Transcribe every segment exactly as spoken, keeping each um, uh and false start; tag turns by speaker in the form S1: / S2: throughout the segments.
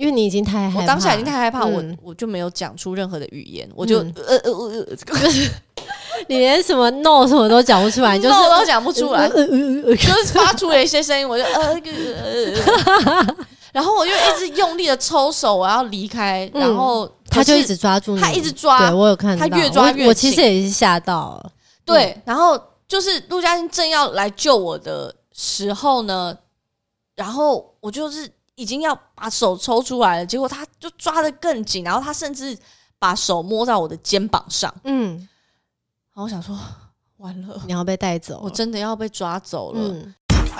S1: 因为你已经太害怕，
S2: 我当下已经太害怕，
S1: 嗯、
S2: 我我就没有讲出任何的语言，我就、嗯、呃呃呃呃，
S1: 你连什么 no 什么都讲不出来，就是
S2: no 都讲不出来，就是发出了一些声音，我就呃呃呃，然后我就一直用力的抽手，我要离开，嗯、然后
S1: 他就一直抓住你，
S2: 他一直抓，
S1: 对我有看到，
S2: 他越抓越紧，
S1: 我, 我其实也是吓到了，
S2: 对，嗯、然后就是陆嘉欣正要来救我的时候呢，然后我就是已经要把手抽出来了，结果他就抓得更紧，然后他甚至把手摸到我的肩膀上，嗯，然后我想说完了，
S1: 你要被带走了，
S2: 我真的要被抓走了。嗯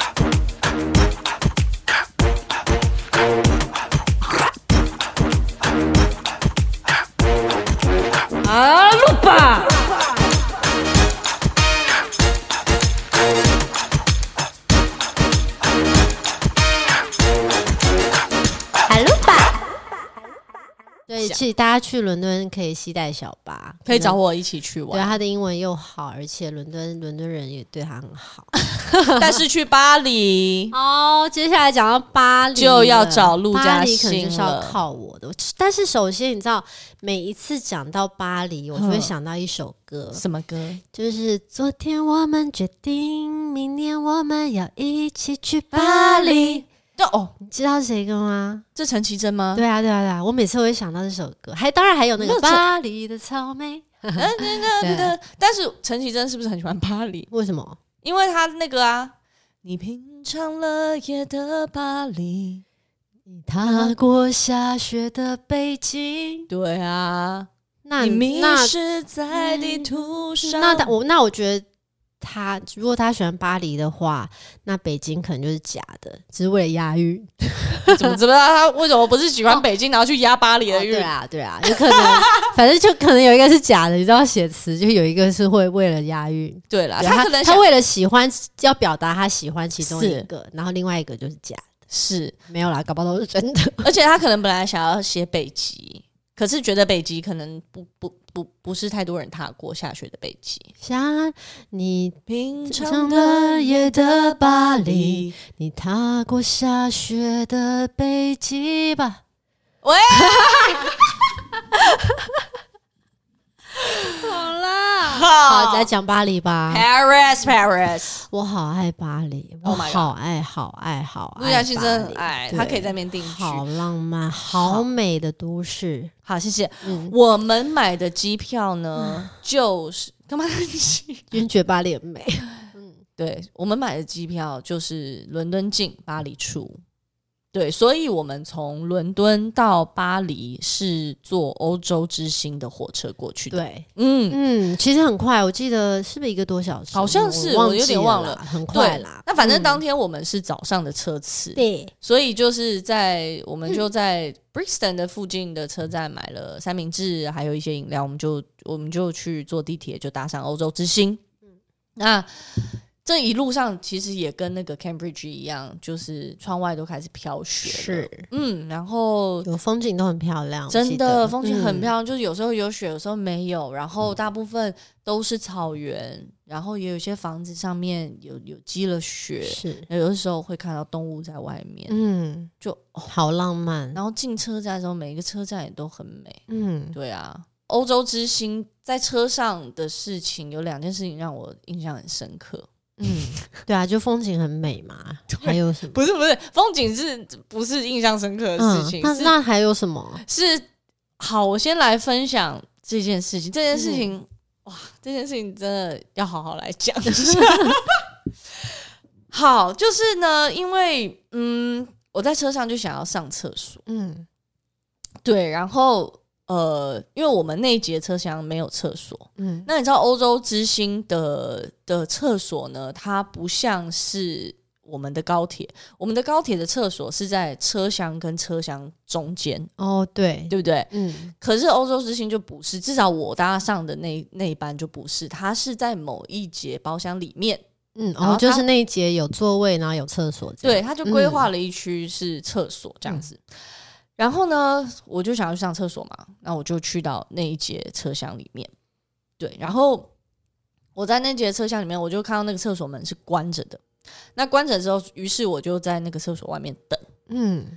S1: 啊，录吧！对，其实大家去伦敦可以携带小巴，
S2: 可以找我一起去玩。
S1: 对，他的英文又好，而且伦敦伦敦人也对他很好。
S2: 但是去巴黎，
S1: 哦，接下来讲到巴黎
S2: 就要找陆嘉欣了。
S1: 巴黎可能就是要靠我的。但是首先，你知道，每一次讲到巴黎，我就会想到一首歌。
S2: 什么歌？
S1: 就是昨天我们决定，明年我们要一起去巴黎。
S2: 哦，
S1: 你知道谁歌吗？
S2: 这陈绮贞吗？
S1: 对啊，对啊，对啊！我每次会想到这首歌，还当然还有那个巴黎的草莓。
S2: 但是陈绮贞是不是很喜欢巴黎？
S1: 为什么？
S2: 因为他那个啊，你品尝了夜的巴黎，
S1: 你踏过下雪的北京。
S2: 对啊，
S1: 那
S2: 你迷失在地图上。
S1: 那我那我觉得。他如果他喜欢巴黎的话，那北京可能就是假的，只是为了押韵。
S2: 怎么知道他为什么不是喜欢北京，哦、然后去押巴黎的韵？
S1: 哦？对啊，对啊，有可能，反正就可能有一个是假的，你知道写词就有一个是会为了押韵。
S2: 对啦，
S1: 对
S2: 他可能
S1: 他为了喜欢要表达他喜欢其中一个，然后另外一个就是假的。
S2: 是
S1: 没有啦，搞不好都是真的。
S2: 而且他可能本来想要写北极。可是觉得北极可能不不不不是太多人踏过下雪的北极，
S1: 像你
S2: 品
S1: 尝了夜的巴黎，你踏过下雪的北极吧。
S2: 喂，
S1: 好啦，
S2: 好，
S1: 好来讲巴黎吧。
S2: Paris Paris，
S1: 我好爱巴黎，我好爱好爱好爱。
S2: 陆嘉欣真的很爱，他可以在那边定居，
S1: 好浪漫，好美的都市。
S2: 好，谢谢。嗯、我们买的机票呢，嗯、就是干嘛？
S1: 因为觉得巴黎很美。
S2: 嗯，对，我们买的机票就是伦敦进，巴黎出。对，所以我们从伦敦到巴黎是坐欧洲之星的火车过去的。
S1: 对，
S2: 嗯
S1: 嗯，其实很快，我记得是不是一个多小时？
S2: 好像是，
S1: 我,
S2: 我有点忘了，
S1: 很快啦。
S2: 那反正当天我们是早上的车次，
S1: 对、嗯，
S2: 所以就是在我们就在 Brixton 的附近的车站买了三明治，还有一些饮料，我们就我们就去坐地铁，就搭上欧洲之星。嗯，那。这一路上其实也跟那个 Cambridge 一样，就是窗外都开始飘雪了。
S1: 是，
S2: 嗯，然后
S1: 有风景都很漂亮，
S2: 真的风景很漂亮，嗯、就是有时候有雪，有时候没有，然后大部分都是草原，然后也有一些房子上面有有积了雪，
S1: 是，
S2: 有的时候会看到动物在外面，
S1: 嗯，
S2: 就、
S1: 哦、好浪漫。
S2: 然后进车站的时候，每一个车站也都很美，
S1: 嗯，
S2: 对啊。欧洲之星在车上的事情有两件事情让我印象很深刻。
S1: 嗯，对啊，就风景很美嘛。还有什么？
S2: 不是不是，风景是不是印象深刻的事情？
S1: 嗯、那那还有什么？
S2: 是好，我先来分享这件事情。这件事情，嗯、哇，这件事情真的要好好来讲一下。好，就是呢，因为嗯，我在车上就想要上厕所，嗯，对，然后。呃，因为我们那一节车厢没有厕所，嗯，那你知道欧洲之星的的厕所呢？它不像是我们的高铁，我们的高铁的厕所是在车厢跟车厢中间，
S1: 哦，对，
S2: 对不对？
S1: 嗯，
S2: 可是欧洲之星就不是，至少我搭上的那那一班就不是，它是在某一节包厢里面，
S1: 嗯，然后就是那一节有座位，然后有厕所，
S2: 对，它就规划了一区是厕所这样子。嗯，然后呢，我就想要去上厕所嘛，那我就去到那一节车厢里面，对，然后我在那节车厢里面，我就看到那个厕所门是关着的。那关着之后，于是我就在那个厕所外面等，嗯，然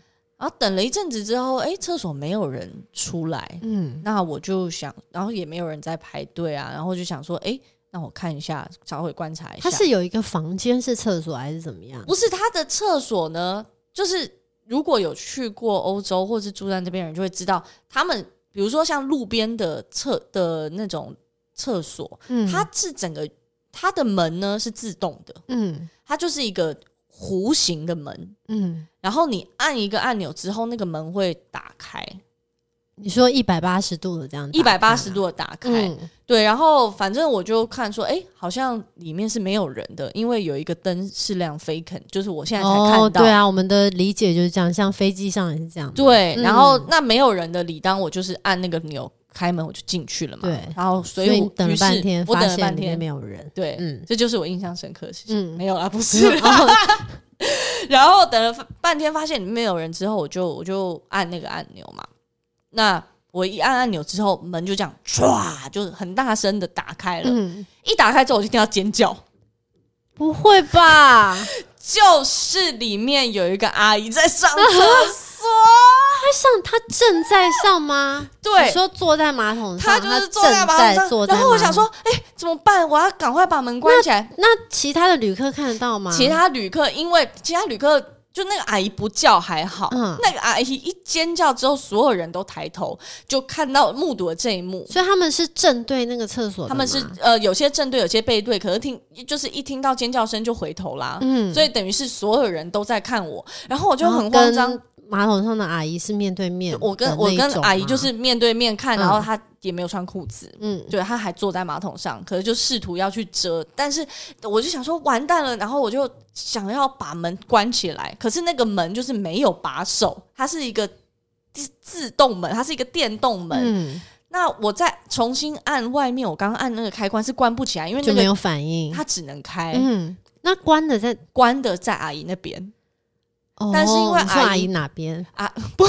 S2: 然后等了一阵子之后，哎，厕所没有人出来，嗯，那我就想，然后也没有人在排队啊，然后就想说，哎，那我看一下，稍微观察一下。
S1: 它是有一个房间是厕所还是怎么样？
S2: 不是，它的厕所呢，就是如果有去过欧洲或是住在那边的人就会知道，他们比如说像路边的厕的那种厕所，嗯，它是整个它的门呢是自动的，嗯，它就是一个弧形的门，嗯，然后你按一个按钮之后，那个门会打开。
S1: 你说一百八十度的这样，
S2: 一百八十度的打开，嗯，对，然后反正我就看说，哎，好像里面是没有人的，因为有一个灯是亮 vacant， 就是我现在才看到。哦，
S1: 对啊，我们的理解就是这样，像飞机上也是这样。
S2: 对，嗯，然后那没有人的理当我就是按那个钮开门我就进去了嘛。
S1: 对，
S2: 然后所以我
S1: 所以等了半天，
S2: 我等了半天
S1: 没有人。
S2: 对，嗯，这就是我印象深刻的事情。嗯，没有啦，不
S1: 是
S2: 啦。然后等了半天发现里面没有人之后，我就我就按那个按钮嘛。那我一按按钮之后，门就这样唰，就很大声的打开了。嗯，一打开之后，我就听到尖叫。
S1: 不会吧？
S2: 就是里面有一个阿姨在上厕所。
S1: 她上，她正在上吗？
S2: 对，
S1: 你说坐在马桶上，
S2: 她就是坐在马桶上。然后我想说，哎，欸，怎么办？我要赶快把门关起来。
S1: 那, 那其他的旅客看得到吗？
S2: 其他旅客，因为其他旅客。就那个阿姨不叫还好，嗯，那个阿姨一尖叫之后，所有人都抬头就看到目睹了这一幕。
S1: 所以他们是正对那个厕所的吗？
S2: 他们是呃有些正对，有些背对，可是听就是一听到尖叫声就回头啦，嗯，所以等于是所有人都在看我，然后我就很慌张。
S1: 马桶上的阿姨是面对面，
S2: 我跟我跟阿姨就是面对面看，嗯，然后她也没有穿裤子，嗯，对，她还坐在马桶上，可是就试图要去遮，但是我就想说完蛋了，然后我就想要把门关起来，可是那个门就是没有把手，它是一个自动门，它是一个电动门，嗯，那我再重新按外面，我刚刚按那个开关是关不起来，因为那个
S1: 就没有反应，
S2: 它只能开，
S1: 嗯，那关的在
S2: 关的在阿姨那边。
S1: 哦，
S2: 但是因为阿姨,
S1: 阿姨哪边
S2: 啊？不，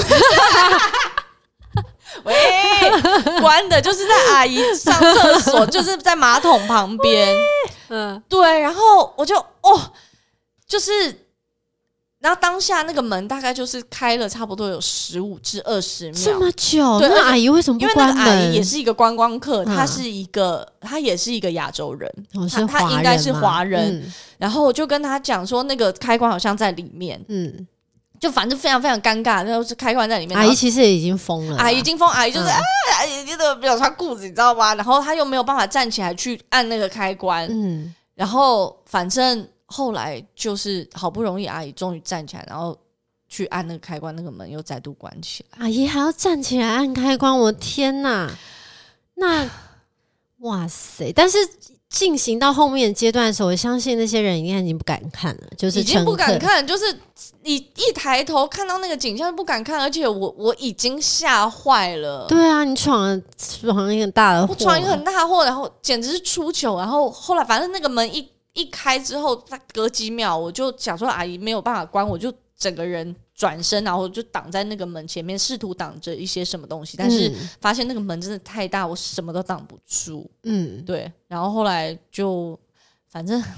S2: 喂，关的就是在阿姨上厕所，就是在马桶旁边。嗯，对，然后我就哦，就是，然后当下那个门大概就是开了差不多有十五至二十秒，
S1: 这么久。对，那阿姨为什么不关门？
S2: 因为那个阿姨也是一个观光客，她、嗯、是一个，她也是一个亚洲人，
S1: 哦、
S2: 她她应该是华人。嗯，然后我就跟他讲说，那个开关好像在里面，嗯，就反正非常非常尴尬，就是开关在里面。
S1: 阿姨其实也已经疯了，
S2: 阿姨已经疯，阿姨就是、嗯、啊，阿姨真的没有穿裤子，你知道吗？然后她又没有办法站起来去按那个开关，嗯，然后反正后来就是好不容易阿姨终于站起来，然后去按那个开关，那个门又再度关起来。
S1: 阿姨还要站起来按开关，我的天哪！那哇塞，但是。进行到后面的阶段的时候，我相信那些人应该已经不敢看了，就是
S2: 已经不敢看，就是你一抬头看到那个景象不敢看，而且我我已经吓坏了。
S1: 对啊，你闯了闯了一个很大的祸，
S2: 我闯一个很大的祸，然后简直是出糗。然后后来反正那个门一一开之后，隔几秒我就想说阿姨没有办法关，我就整个人转身，然后就挡在那个门前面，试图挡着一些什么东西，但是发现那个门真的太大，我什么都挡不住。嗯，对。然后后来就反正，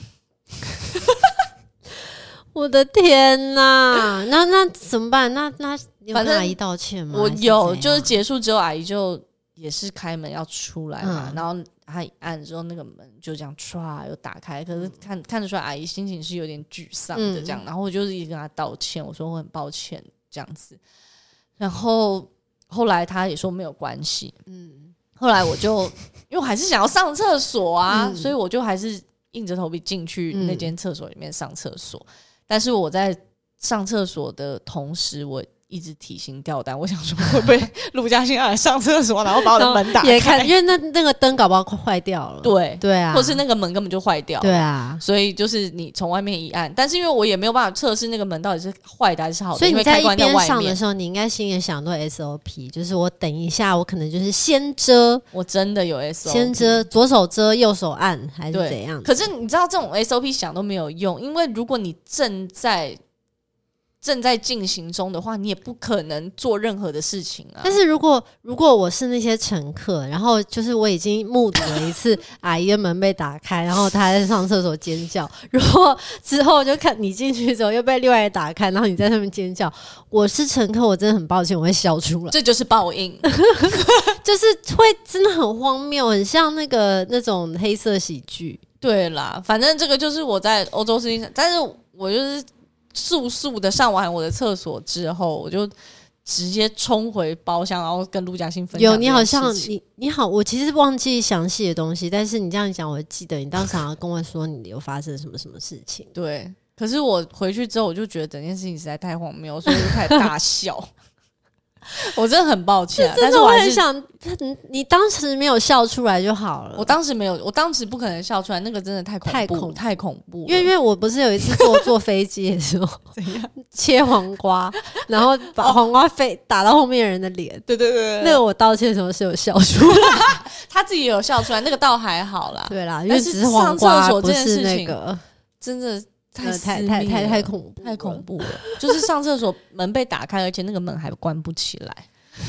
S1: 我的天哪，那那怎么办？那那你有跟阿姨道歉吗？
S2: 我有，就是结束之后，阿姨就也是开门要出来嘛，嗯、然后她一按之后，那个门就这样唰又打开。可是看看得出来，阿姨心情是有点沮丧的这样。嗯、然后我就是一直跟她道歉，我说我很抱歉这样子。然后后来她也说没有关系。嗯，后来我就因为我还是想要上厕所啊，嗯、所以我就还是硬着头皮进去那间厕所里面上厕所。嗯、但是我在上厕所的同时，我一直提心吊胆，我想说会不会陆嘉欣要来上厕所，然后把我的门打开？
S1: 也看，因为那那个灯搞不好快坏掉了。
S2: 对
S1: 对啊，
S2: 或是那个门根本就坏掉了。
S1: 对啊，
S2: 所以就是你从外面一按，但是因为我也没有办法测试那个门到底是坏的还是好的，
S1: 所以你在一边
S2: 上
S1: 的时候，你应该心里想到 S O P， 就是我等一下，我可能就是先遮，
S2: 我真的有 S O P，
S1: 先遮，左手遮，右手按，还是怎样？
S2: 可是你知道这种 S O P 想都没有用，因为如果你正在正在进行中的话，你也不可能做任何的事情啊。
S1: 但是如果如果我是那些乘客，然后就是我已经目睹了一次阿姨的门被打开，然后她在上厕所尖叫，如果之后就看你进去之后又被另外一个打开，然后你在上面尖叫，我是乘客，我真的很抱歉，我会笑出来。
S2: 这就是报应，
S1: 就是会真的很荒谬，很像那个那种黑色喜剧。
S2: 对啦，反正这个就是我在欧洲事情上，但是我就是速速的上完我的厕所之后，我就直接冲回包厢，然后跟陆嘉欣分享。
S1: 有，你好像你你好，我其实忘记详细的东西，但是你这样讲，我记得你当时好像跟我说你有发生什么什么事情。
S2: 对，可是我回去之后，我就觉得整件事情实在太荒谬，所以我就开始大笑。我真的很抱歉、啊，但是我还是
S1: 想，你你当时没有笑出来就好了。
S2: 我当时没有，我当时不可能笑出来，那个真的太恐怖，太恐太恐怖了。
S1: 因为因为我不是有一次坐坐飞机的时候，怎样切黄瓜，然后把黄瓜飞打到后面人的脸。
S2: 对对 对, 对，
S1: 那个我道歉的时候是有笑出来，
S2: 他自己也有笑出来，那个倒还好啦。
S1: 对啦，因为只是黄瓜，不是那个
S2: 真的。
S1: 太太太太太恐怖，
S2: 太恐怖了！就是上厕所门被打开，而且那个门还关不起来。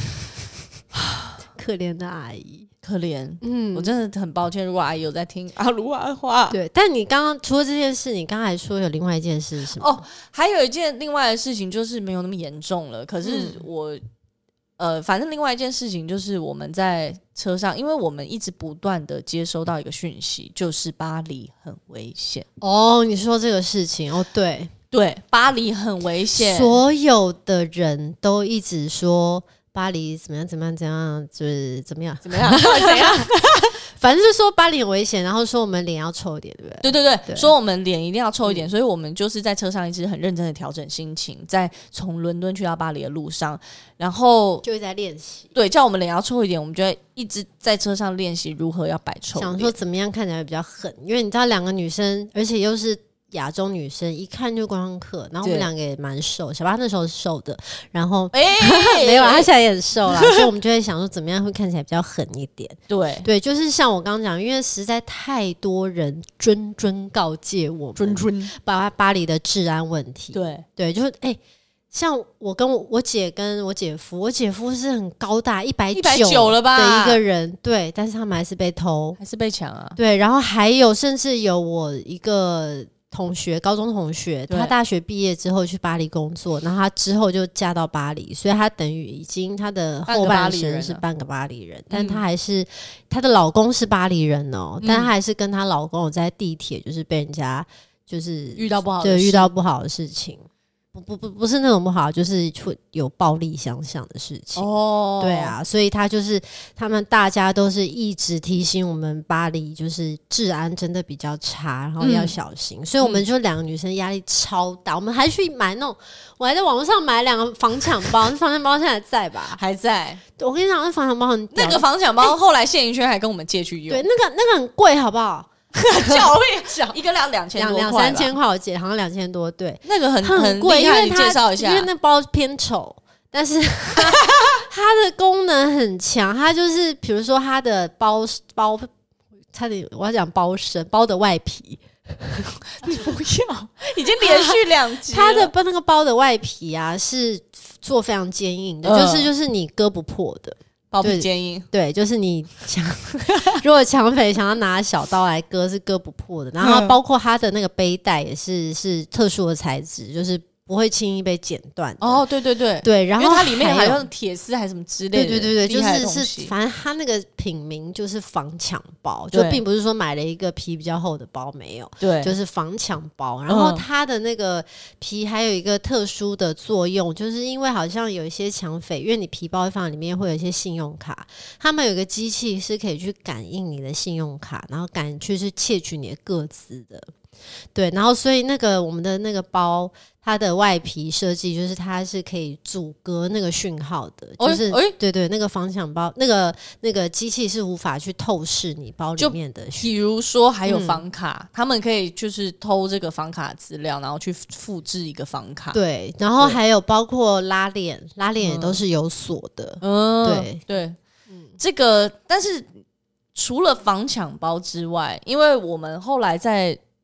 S1: 可怜的阿姨，
S2: 可怜。嗯，我真的很抱歉，如果阿姨有在听阿卢阿话。
S1: 对，但你刚刚除了这件事，你刚才说有另外一件事是什么？
S2: 哦，还有一件另外的事情，就是没有那么严重了。可是我。嗯呃，反正另外一件事情就是我们在车上，因为我们一直不断的接收到一个讯息，就是巴黎很危险。
S1: 哦，你说这个事情，哦，对
S2: 对，巴黎很危险，
S1: 所有的人都一直说巴黎怎么样怎么样怎么样，就是怎么样
S2: 怎么样到底怎样。
S1: 反正就是说巴黎很危险，然后说我们脸要臭一点，对不对？
S2: 对对 对, 对，说我们脸一定要臭一点、嗯，所以我们就是在车上一直很认真的调整心情，在从伦敦去到巴黎的路上，然后
S1: 就一直在练习。
S2: 对，叫我们脸要臭一点，我们就会一直在车上练习如何要摆臭脸，
S1: 想说怎么样看起来比较狠，因为你知道两个女生，而且又是亚洲女生，一看就观光客，然后我们两个也蛮瘦，小八那时候是瘦的，然后、欸、没有，她现在也很瘦啦，所以我们就会想说怎么样会看起来比较狠一点。
S2: 对
S1: 对，就是像我刚刚讲，因为实在太多人谆谆告诫我们，
S2: 谆谆
S1: 巴巴黎的治安问题。
S2: 对
S1: 对，就是哎。欸像我跟我我姐跟我姐夫，我姐夫是很高大一百九
S2: 了吧
S1: 的一个人，对，但是他们还是被偷，
S2: 还是被抢啊，
S1: 对，然后还有甚至有我一个同学，高中同学，他大学毕业之后去巴黎工作，然后他之后就嫁到巴黎，所以他等于已经他的后半生是半个巴黎人，但他还是她的老公是巴黎人哦、嗯，但她还是跟她老公有在地铁就是被人家就是
S2: 遇到不好的
S1: 事，对，遇到不好的事情。不不不不是那种不好，就是会有暴力相向的事情。哦，对啊，所以他就是他们大家都是一直提醒我们巴黎就是治安真的比较差，然后要小心。嗯、所以我们就两个女生压力超大，我们还去买那种，我还在网络上买两个防抢包，那防抢包现在还在吧？
S2: 还在。
S1: 我跟你讲，那防抢包很屌，
S2: 那个防抢包后来谢盈萱还跟我们借去用。
S1: 对，那个那个很贵，好不好？
S2: 叫命，一个两两千多块，
S1: 两三千块，我记得好像两千多，对，
S2: 那个很
S1: 很贵，
S2: 因为你介绍一下，
S1: 因为那包偏丑，但是它的功能很强，它就是比如说它的包包，差点我要讲包身包的外皮，
S2: 你不要，已经连续两集了，
S1: 它的那个包的外皮啊是做非常坚硬的，呃、就是就是你割不破的。
S2: 包皮坚硬，
S1: 对，就是你抢，如果抢匪想要拿小刀来割，是割不破的。然后包括它的那个背带也是是特殊的材质，就是不会轻易被剪断。
S2: 哦，对对对
S1: 对，然后
S2: 因为它里面好像铁丝还是什么之类的，
S1: 对对对对，就是是，反正它那个品名就是防抢包，就并不是说买了一个皮比较厚的包，没有，
S2: 对，
S1: 就是防抢包。然后它的那个皮还有一个特殊的作用，就是因为好像有一些抢匪，因为你皮包放里面会有一些信用卡，他们有一个机器是可以去感应你的信用卡，然后敢去去窃取你的个资的。对，然后所以那个我们的那个包，它的外皮设计就是它是可以阻隔那个讯号的，就是、欸欸、对对，那个防抢包，那个那个机器是无法去透视你包里面的。
S2: 比如说还有房卡、嗯，他们可以就是偷这个房卡资料，然后去复制一个房卡。
S1: 对，然后还有包括拉链，拉链也都是有锁的。嗯，对
S2: 对，嗯，这个但是除了防抢包之外，因为我们后来在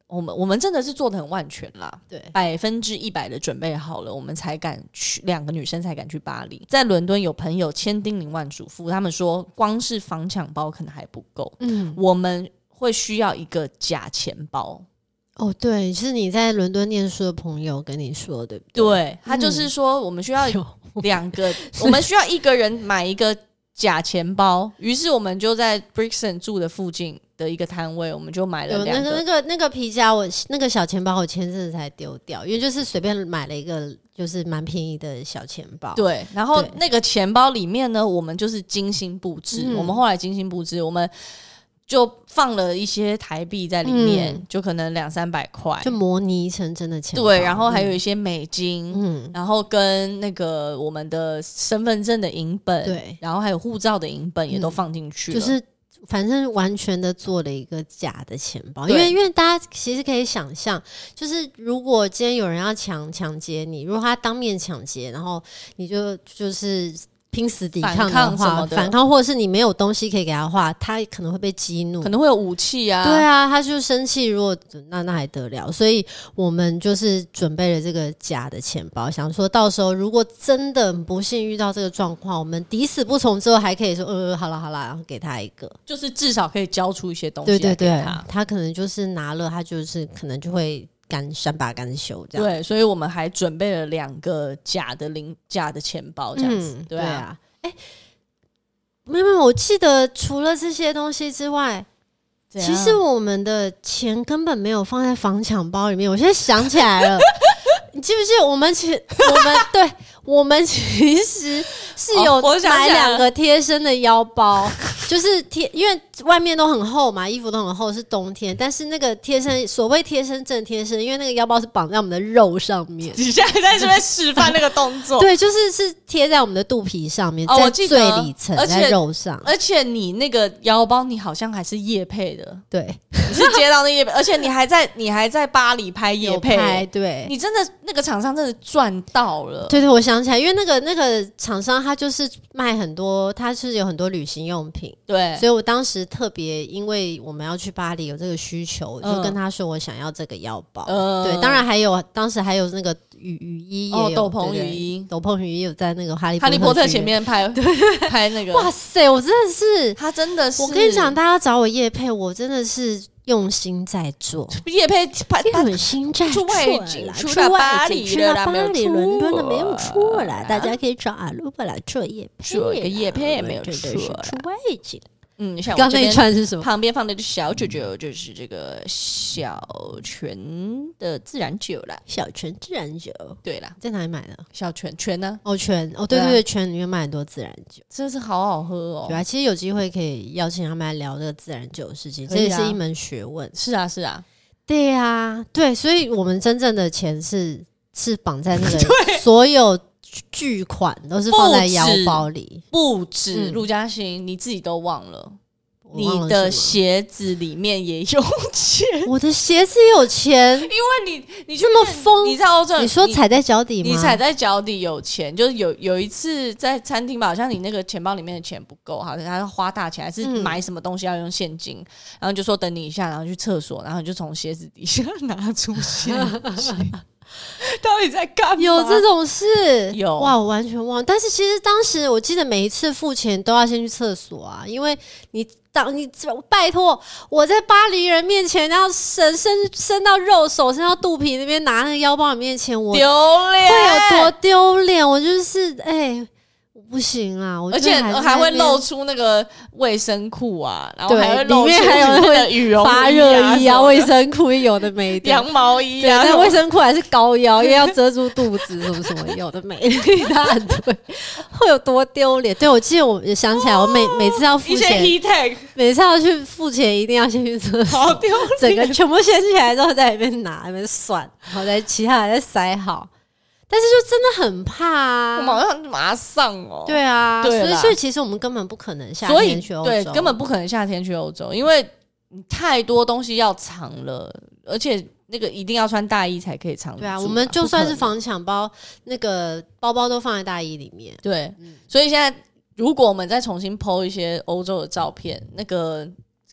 S2: 我们我们真的是做得很万全啦，
S1: 对，
S2: 百分之一百的准备好了，我们才敢去，两个女生才敢去巴黎。在伦敦有朋友千叮咛万嘱咐，他们说光是防抢包可能还不够，嗯，我们会需要一个假钱包。
S1: 哦，对，是你在伦敦念书的朋友跟你说的，
S2: 对，对，他就是说我们需要两个，我们需要一个人买一个假钱包，于是我们就在 Brixton 住的附近的一个摊位，我们就买了两个。
S1: 那个那个那个皮夹，我那个小钱包我前阵子才丢掉，因为就是随便买了一个就是蛮便宜的小钱包。
S2: 对，然后那个钱包里面呢，我们就是精心布置，嗯、我们后来精心布置，我们就放了一些台币在里面，嗯、就可能两三百块，
S1: 就模拟成真的钱包。
S2: 对，然后还有一些美金，嗯，然后跟那个我们的身份证的影本，对，然后还有护照的影本也都放进去了，
S1: 嗯、就是反正完全的做了一个假的钱包。因为因为大家其实可以想象，就是如果今天有人要抢抢劫你，如果他当面抢劫，然后你就就是拼死抵抗的话，
S2: 反抗什么的，
S1: 反抗或者是你没有东西可以给他的话，他可能会被激怒，
S2: 可能会有武器啊。
S1: 对啊，他就生气，如果那那还得了？所以我们就是准备了这个假的钱包，想说到时候如果真的不幸遇到这个状况，我们抵死不从之后，还可以说呃，好啦好啦，然后给他一个，
S2: 就是至少可以交出一些东西来给他。
S1: 对对对，他可能就是拿了，他就是可能就会干三把干修这样。
S2: 对，所以我们还准备了两个假的零假的钱包这样子。嗯、对啊，
S1: 哎、欸，没有没有，我记得除了这些东西之外，其实我们的钱根本没有放在防抢包里面。我现在想起来了，你记不记得我们其我们对我们其实是有买两个贴身的腰包。就是贴，因为外面都很厚嘛，衣服都很厚，是冬天。但是那个贴身，所谓贴身正贴身，因为那个腰包是绑在我们的肉上面。
S2: 你现在在这边示范那个动作？
S1: 对，就是是贴在我们的肚皮上面，
S2: 哦、
S1: 在最里层，在肉上。
S2: 而且你那个腰包，你好像还是业配的，
S1: 对，
S2: 你是接到那业配，而且你还在你还在巴黎拍业配，
S1: 拍对，
S2: 你真的那个厂商真的赚到了。
S1: 对对，我想起来，因为那个那个厂商他就是卖很多，他是有很多旅行用品。
S2: 对，
S1: 所以我当时特别，因为我们要去巴黎有这个需求，嗯、就跟他说我想要这个腰包。嗯、对，当然还有当时还有那个雨雨衣也有，
S2: 哦、斗篷雨衣，
S1: 斗篷雨衣有在那个哈利
S2: 哈利波特前面拍，对拍那个。
S1: 哇塞，我真的是，
S2: 他真的是，
S1: 我跟你讲，大家找我业配，我真的是用心在做，
S2: 业配
S1: 用心在做啦，
S2: 出了巴黎
S1: 去了巴黎、伦敦的没有错啦，大家可以找阿鲁巴来做业配，
S2: 做一个业配也没有错，
S1: 出外景。
S2: 嗯，像
S1: 刚那一串是什么？
S2: 旁边放的小酒酒就是这个小泉的自然酒啦，
S1: 小泉自然酒。
S2: 对啦，
S1: 在哪里买的？
S2: 小泉泉呢？
S1: 哦，泉哦，对对对，泉里面卖很多自然酒，
S2: 真的是好好喝哦。
S1: 对啊，其实有机会可以邀请他们来聊这个自然酒的事情，这也是一门学问。
S2: 是啊，是啊，
S1: 对啊，对，所以我们真正的钱是是绑在那个所有巨款都是放在腰包里，
S2: 不止陆嘉欣，你自己都忘了，你的鞋子里面也有钱。
S1: 我的鞋子也有钱，因
S2: 为你你
S1: 这么疯，
S2: 你在欧洲，
S1: 你说踩在脚底吗？
S2: 你踩在脚底有钱，就是有有一次在餐厅吧，好像你那个钱包里面的钱不够，好像他花大钱，还是买什么东西要用现金，嗯、然后就说等你一下，然后去厕所，然后你就从鞋子底下拿出现金。到底在干嘛？
S1: 有这种事？
S2: 有
S1: 哇，我完全忘了。但是其实当时我记得每一次付钱都要先去厕所啊，因为你当你拜托我在巴黎人面前要伸伸伸到肉手伸到肚皮那边拿那个腰包里面的钱，我
S2: 丢脸
S1: 会有多丢脸？我就是哎。欸不行啊！我
S2: 而且还会露出那个卫生裤啊，然后还会露出
S1: 里面还有那
S2: 个羽绒
S1: 发热衣啊、卫生裤有的没的，
S2: 羊毛衣
S1: 啊，那卫生裤还是高腰，因为要遮住肚子，什么什么有的没的，一大堆，会有多丢脸？对，我记得，我想起来，我每每次要付钱，每次要去付钱，一定要先去厕所，
S2: 好丢脸，
S1: 整个全部掀起来之后，在里面拿，在里面算，然后再其他的再塞好。但是就真的很怕啊！
S2: 我马上马上哦，
S1: 对啊，
S2: 对
S1: 所以所以其实我们根本不可能夏天去欧洲，
S2: 对，根本不可能夏天去欧洲，因为你太多东西要藏了，而且那个一定要穿大衣才可以藏得住、啊。
S1: 对啊，我们就算是防抢包，那个包包都放在大衣里面。
S2: 对，嗯、所以现在如果我们再重新 po 一些欧洲的照片，那个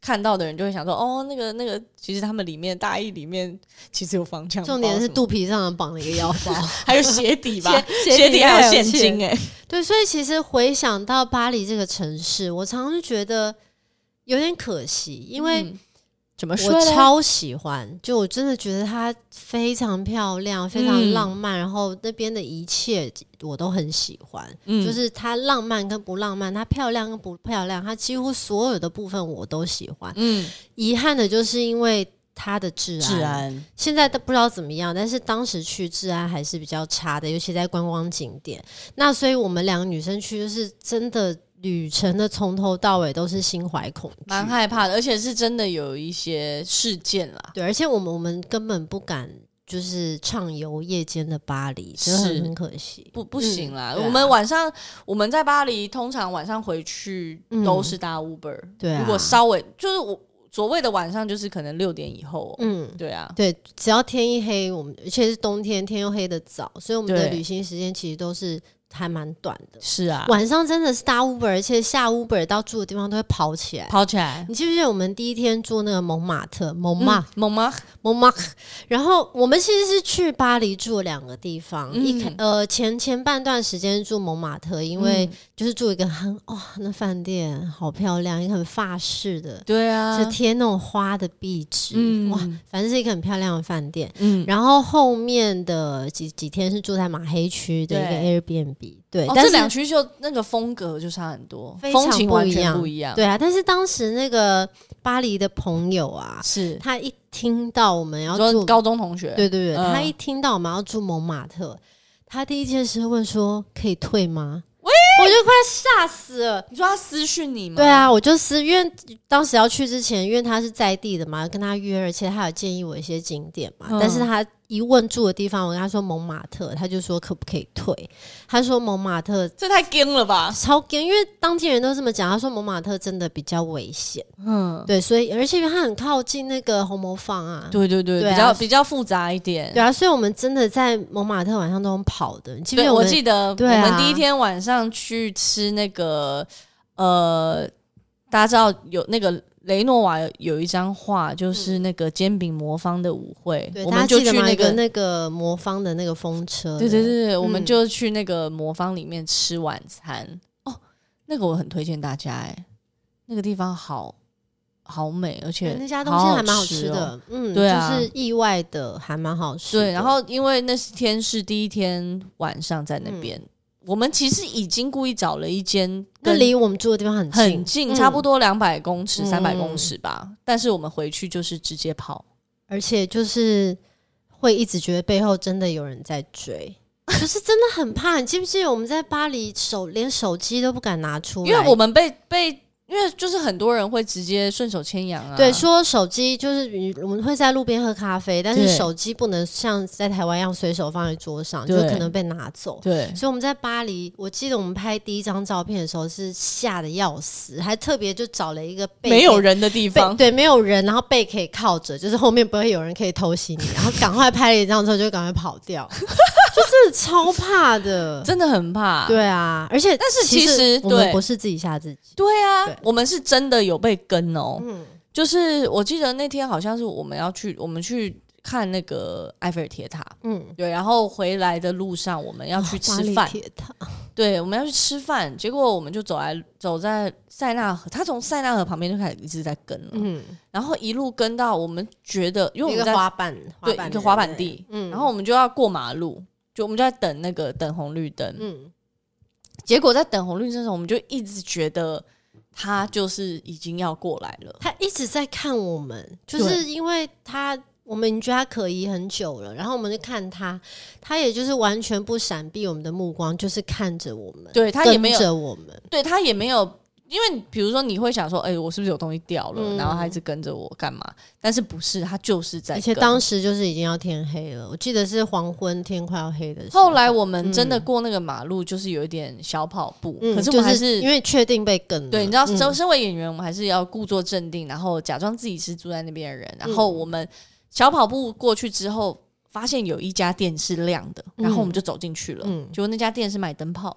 S2: 看到的人就会想说，哦，那个那个，其实他们里面大衣里面其实有防枪包，
S1: 重点是肚皮上绑了一个腰包，
S2: 还有鞋底吧，
S1: 鞋,
S2: 鞋底还有现
S1: 金
S2: 金哎、欸。
S1: 对，所以其实回想到巴黎这个城市，我常常就觉得有点可惜，因为、嗯。
S2: 怎么说？
S1: 我超喜欢，就我真的觉得它非常漂亮，非常浪漫，嗯、然后那边的一切我都很喜欢。嗯，就是它浪漫跟不浪漫，它漂亮跟不漂亮，它几乎所有的部分我都喜欢。嗯，遗憾的就是因为它的治安，治安现在都不知道怎么样，但是当时去治安还是比较差的，尤其在观光景点。那所以我们两个女生去就是真的。旅程的从头到尾都是心怀恐惧，
S2: 蛮害怕的，而且是真的有一些事件啦。
S1: 对，而且我们我们根本不敢就是畅游夜间的巴黎，真的很很可惜，
S2: 不不行啦、嗯啊。我们晚上我们在巴黎，通常晚上回去都是搭 Uber，、嗯、对、啊，如果稍微就是我所谓的晚上，就是可能六点以后、喔，嗯，对啊，
S1: 对，只要天一黑，我们而且是冬天，天又黑的早，所以我们的旅行时间其实都是。还蛮短的，
S2: 是啊，
S1: 晚上真的是搭 Uber， 而且下 Uber 到住的地方都会跑起来，
S2: 跑起来。
S1: 你记不记得我们第一天住那个蒙马特，蒙马，
S2: 蒙马，
S1: 蒙马，然后我们其实是去巴黎住两个地方，嗯、一呃前前半段时间住蒙马特，因为就是住一个很哇、哦，那饭店好漂亮，一个很法式的，
S2: 对啊，
S1: 是贴那种花的壁纸、嗯，哇，反正是一个很漂亮的饭店。嗯，然后后面的几几天是住在马黑区的一个 Airbnb。对，
S2: 哦、
S1: 但是
S2: 这两区就那个风格就差很多，
S1: 非常
S2: 风情完全不一样。
S1: 对啊，但是当时那个巴黎的朋友啊，是他一听到我们要住
S2: 高中同学，
S1: 对对对、嗯，他一听到我们要住蒙马特，他第一件事问说可以退吗？我就快吓死了！
S2: 你说他私讯你吗？
S1: 对啊，我就私，因为当时要去之前，因为他是在地的嘛，跟他约，而且他有建议我一些景点嘛，嗯、但是他一问住的地方，我跟他说蒙马特，他就说可不可以退？他说蒙马特
S2: 这太惊了吧，
S1: 超惊，因为当地人都这么讲，他说蒙马特真的比较危险，嗯，对，所以而且因为他很靠近那个红磨坊啊，
S2: 对对 对, 对、啊，比较比较复杂一点，
S1: 对啊，所以我们真的在蒙马特晚上都用跑的，你记不记得我
S2: 我记得对、啊、我们第一天晚上去吃那个呃，大家知道有那个。雷诺瓦有一张画，就是那个煎饼魔方的舞会，
S1: 对，
S2: 我们就去那个
S1: 那个魔方的那个风车，
S2: 对对对对、嗯，我们就去那个魔方里面吃晚餐。哦，那个我很推荐大家，哎，那个地方好好美，而且
S1: 那家东西还蛮好吃的，嗯，
S2: 对啊，
S1: 就是意外的还蛮好吃的。
S2: 对，然后因为那天是第一天晚上在那边。嗯，我们其实已经故意找了一间，
S1: 跟离我们住的地方很近，
S2: 很近，嗯、差不多两百公尺、三百公尺吧、嗯。但是我们回去就是直接跑，
S1: 而且就是会一直觉得背后真的有人在追，就是真的很怕。你记不记得我们在巴黎手连手机都不敢拿出来，
S2: 因为我们被被。因为就是很多人会直接顺手牵羊啊，
S1: 对，说手机就是我们会在路边喝咖啡，但是手机不能像在台湾一样随手放在桌上，就可能被拿走。对，所以我们在巴黎，我记得我们拍第一张照片的时候是吓得要死，还特别就找了一个背
S2: 没有人的地方，
S1: 对，没有人，然后背可以靠着，就是后面不会有人可以偷袭你，然后赶快拍了一张之后就赶快跑掉，就真的超怕的，
S2: 真的很怕。
S1: 对啊，而且
S2: 但是其实
S1: 我们不是自己吓自己，
S2: 对啊。对，我们是真的有被跟哦、嗯，就是我记得那天好像是我们要去，我们去看那个埃菲尔铁塔，嗯，对，然后回来的路上我们要去吃饭，
S1: 铁塔，
S2: 对，我们要去吃饭，结果我们就走来走在塞纳河，他从塞纳河旁边就开始一直在跟了，嗯，然后一路跟到我们觉得，因为我们在
S1: 一个滑板，
S2: 对，一个滑板地，嗯，然后我们就要过马路，就我们就在等那个等红绿灯，嗯，结果在等红绿灯的时候，我们就一直觉得。他就是已经要过来了，
S1: 他一直在看我们，就是因为他我们觉得他可疑很久了，然后我们就看他，他也就是完全不闪避我们的目光，就是看着我们，
S2: 对他也没有
S1: 跟着我们，
S2: 对他也没有。因为比如说你会想说，哎、欸，我是不是有东西掉了？嗯、然后他一直跟着我干嘛？但是不是，他就是在跟。
S1: 而且当时就是已经要天黑了，我记得是黄昏，天快要黑的时候。
S2: 后来我们真的过那个马路，就是有一点小跑步，嗯、可是我们还是、
S1: 就是、因为确定被跟了。
S2: 对，你知道，身、嗯、身为演员，我们还是要故作镇定，然后假装自己是住在那边的人。然后我们小跑步过去之后，发现有一家店是亮的，然后我们就走进去了。嗯，结果那家店是卖灯泡。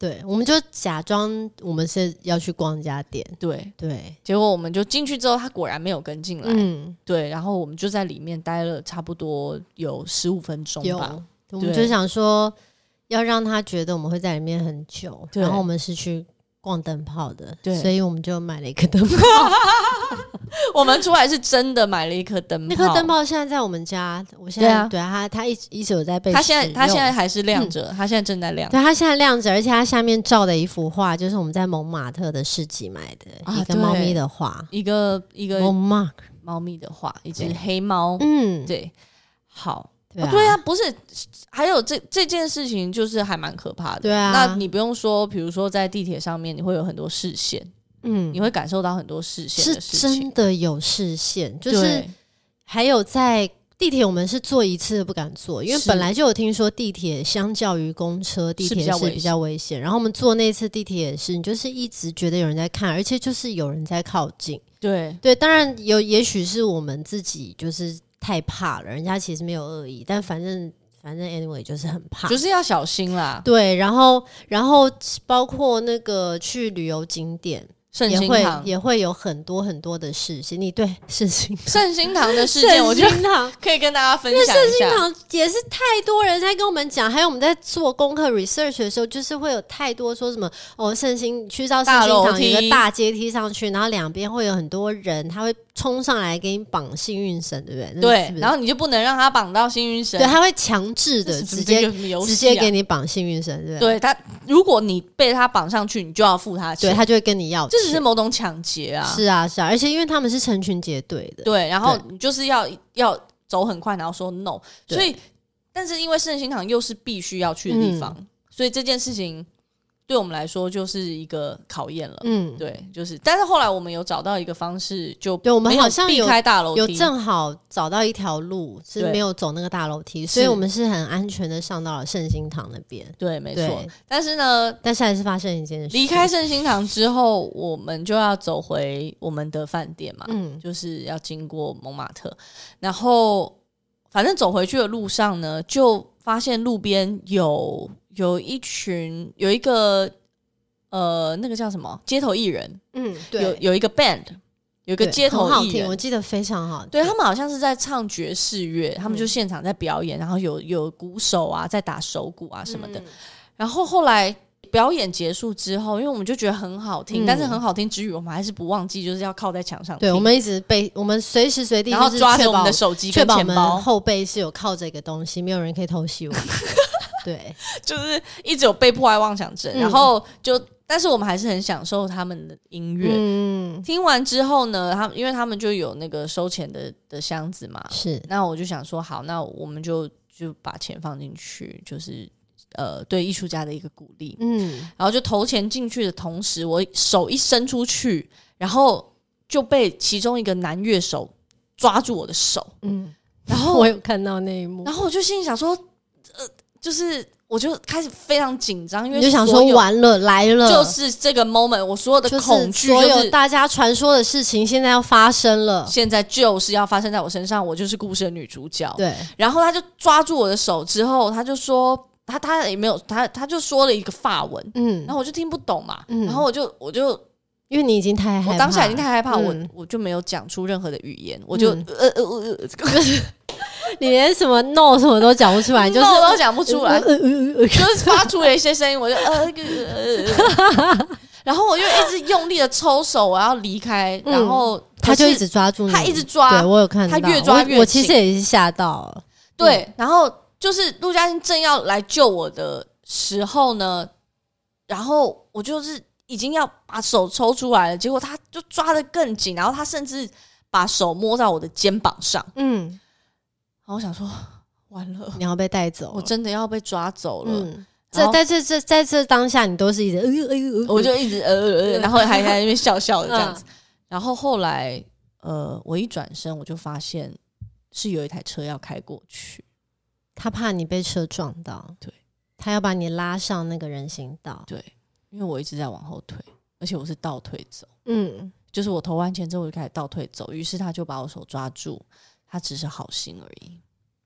S1: 对，我们就假装我们是要去逛一家店，
S2: 对
S1: 对，
S2: 结果我们就进去之后，他果然没有跟进来，嗯，对，然后我们就在里面待了差不多有十五分钟吧，
S1: 我们就想说要让他觉得我们会在里面很久，然后我们是去逛灯泡的，对，所以我们就买了一颗灯泡。
S2: 我们出来是真的买了一颗灯泡，
S1: 那颗灯泡现在在我们家，我现在对啊，对啊，他他一直一直有在被使用，
S2: 他现在他现在还是亮着，嗯、他现在正在亮着，
S1: 对，他现在亮着，而且他下面照的一幅画，就是我们在蒙马特的市集买的、啊、一个猫咪的画，
S2: 一个一个猫咪的画，一只黑猫，嗯，对，好。对 啊,、哦、对啊，不是，还有这这件事情就是还蛮可怕的。
S1: 对啊，
S2: 那你不用说，比如说在地铁上面，你会有很多视线，嗯，你会感受到很多视线的事情，
S1: 是真的有视线，就是还有在地铁，我们是坐一次不敢坐，因为本来就有听说地铁相较于公车，地铁是比较危险。然后我们坐那次地铁也是，你就是一直觉得有人在看，而且就是有人在靠近。
S2: 对
S1: 对，当然有，也许是我们自己就是太怕了，人家其实没有恶意，但反正反正 anyway 就是很怕，
S2: 就是要小心啦。
S1: 对，然后然后包括那个去旅游景点。也会也会有很多很多的事情，你对圣心
S2: 圣心堂的事件，我觉得可以跟大家分享一下。
S1: 因为圣心堂也是太多人在跟我们讲，还有我们在做功课 research 的时候，就是会有太多说什么哦，圣心去到圣心堂有一个大阶梯上去，然后两边会有很多人，他会冲上来给你绑幸运绳，对不对？
S2: 对，
S1: 是不是
S2: 然后你就不能让他绑到幸运绳，
S1: 对，他会强制的直接、啊、直接给你绑幸运绳，对不
S2: 对？对他，如果你被他绑上去，你就要付他钱，
S1: 对他就会跟你要钱，
S2: 这只是某种抢劫啊！
S1: 是啊，是啊，而且因为他们是成群结队的，
S2: 对，然后你就是要要走很快，然后说 no， 所以但是因为圣心堂又是必须要去的地方，嗯、所以这件事情。对我们来说就是一个考验了，嗯，对，就是，但是后来我们有找到一个方式，就
S1: 对我们好像
S2: 避开大楼梯，
S1: 有正好找到一条路是没有走那个大楼梯，所以我们是很安全的上到了圣心堂那边。
S2: 对，没错。但是呢，
S1: 但是还是发生一件事，
S2: 离开圣心堂之后，我们就要走回我们的饭店嘛，嗯，就是要经过蒙马特，然后反正走回去的路上呢，就发现路边有。有一群有一个呃，那个叫什么街头艺人，嗯，对，有有一个 band， 有一个街头艺人，很好
S1: 听，我记得非常好听。
S2: 对，他们好像是在唱爵士乐，他们就现场在表演，然后有有鼓手啊在打手鼓啊什么的。嗯、然后后来表演结束之后，因为我们就觉得很好听，嗯、但是很好听之余，我们还是不忘记就是要靠在墙上听。
S1: 对，我们一直被我们随时随地
S2: 然后抓着我们的手机跟钱包，
S1: 确保我们后背是有靠着一个东西，没有人可以偷袭我们。对，
S2: 就是一直有被迫害妄想症，嗯、然后就，但是我们还是很享受他们的音乐。嗯，听完之后呢，他因为他们就有那个收钱的的箱子嘛，
S1: 是，
S2: 那我就想说，好，那我们就就把钱放进去，就是呃，对艺术家的一个鼓励。嗯，然后就投钱进去的同时，我手一伸出去，然后就被其中一个男乐手抓住我的手。嗯，然后
S1: 我有看到那一幕，
S2: 然后我就心里想说，呃。就是我就开始非常紧张，因为
S1: 你就想说完了来了，
S2: 就是这个 moment， 我所有的恐惧、就是，
S1: 所有大家传说的事情，现在要发生了，
S2: 现在就是要发生在我身上，我就是故事的女主角。
S1: 对，
S2: 然后他就抓住我的手之后，他就说他他也没有他他就说了一个法文，嗯，然后我就听不懂嘛，嗯、然后我就我就。
S1: 因为你已经太害怕，
S2: 我当下已经太害怕，嗯、我我就没有讲出任何的语言，我就、嗯、呃呃呃，就是
S1: 你连什么 no 什么都讲不出来，就是
S2: no 都讲不出来，呃呃呃、就是发出了一些声音，我就呃呃呃，然后我就一直用力的抽手，我要离开，嗯、然后
S1: 他就一直抓住你，
S2: 他一直抓，
S1: 对我有看到，
S2: 他越抓越紧，
S1: 我, 我其实也是吓到了，
S2: 对，嗯、然后就是陆嘉欣正要来救我的时候呢，然后我就是。已经要把手抽出来了，结果他就抓得更紧，然后他甚至把手摸在我的肩膀上，嗯，然后我想说，完了，
S1: 你要被带走，
S2: 我真的要被抓走了。嗯，
S1: 在在这这在这当下，你都是一直，呃呃呃、
S2: 我就一直呃呃呃，然后还在那边笑笑的这样子。嗯、然后后来，呃，我一转身，我就发现是有一台车要开过去，
S1: 他怕你被车撞到，
S2: 对，
S1: 他要把你拉上那个人行道，
S2: 对。因为我一直在往后退，而且我是倒退走，嗯，就是我投完钱之后我就开始倒退走，于是他就把我手抓住，他只是好心而已。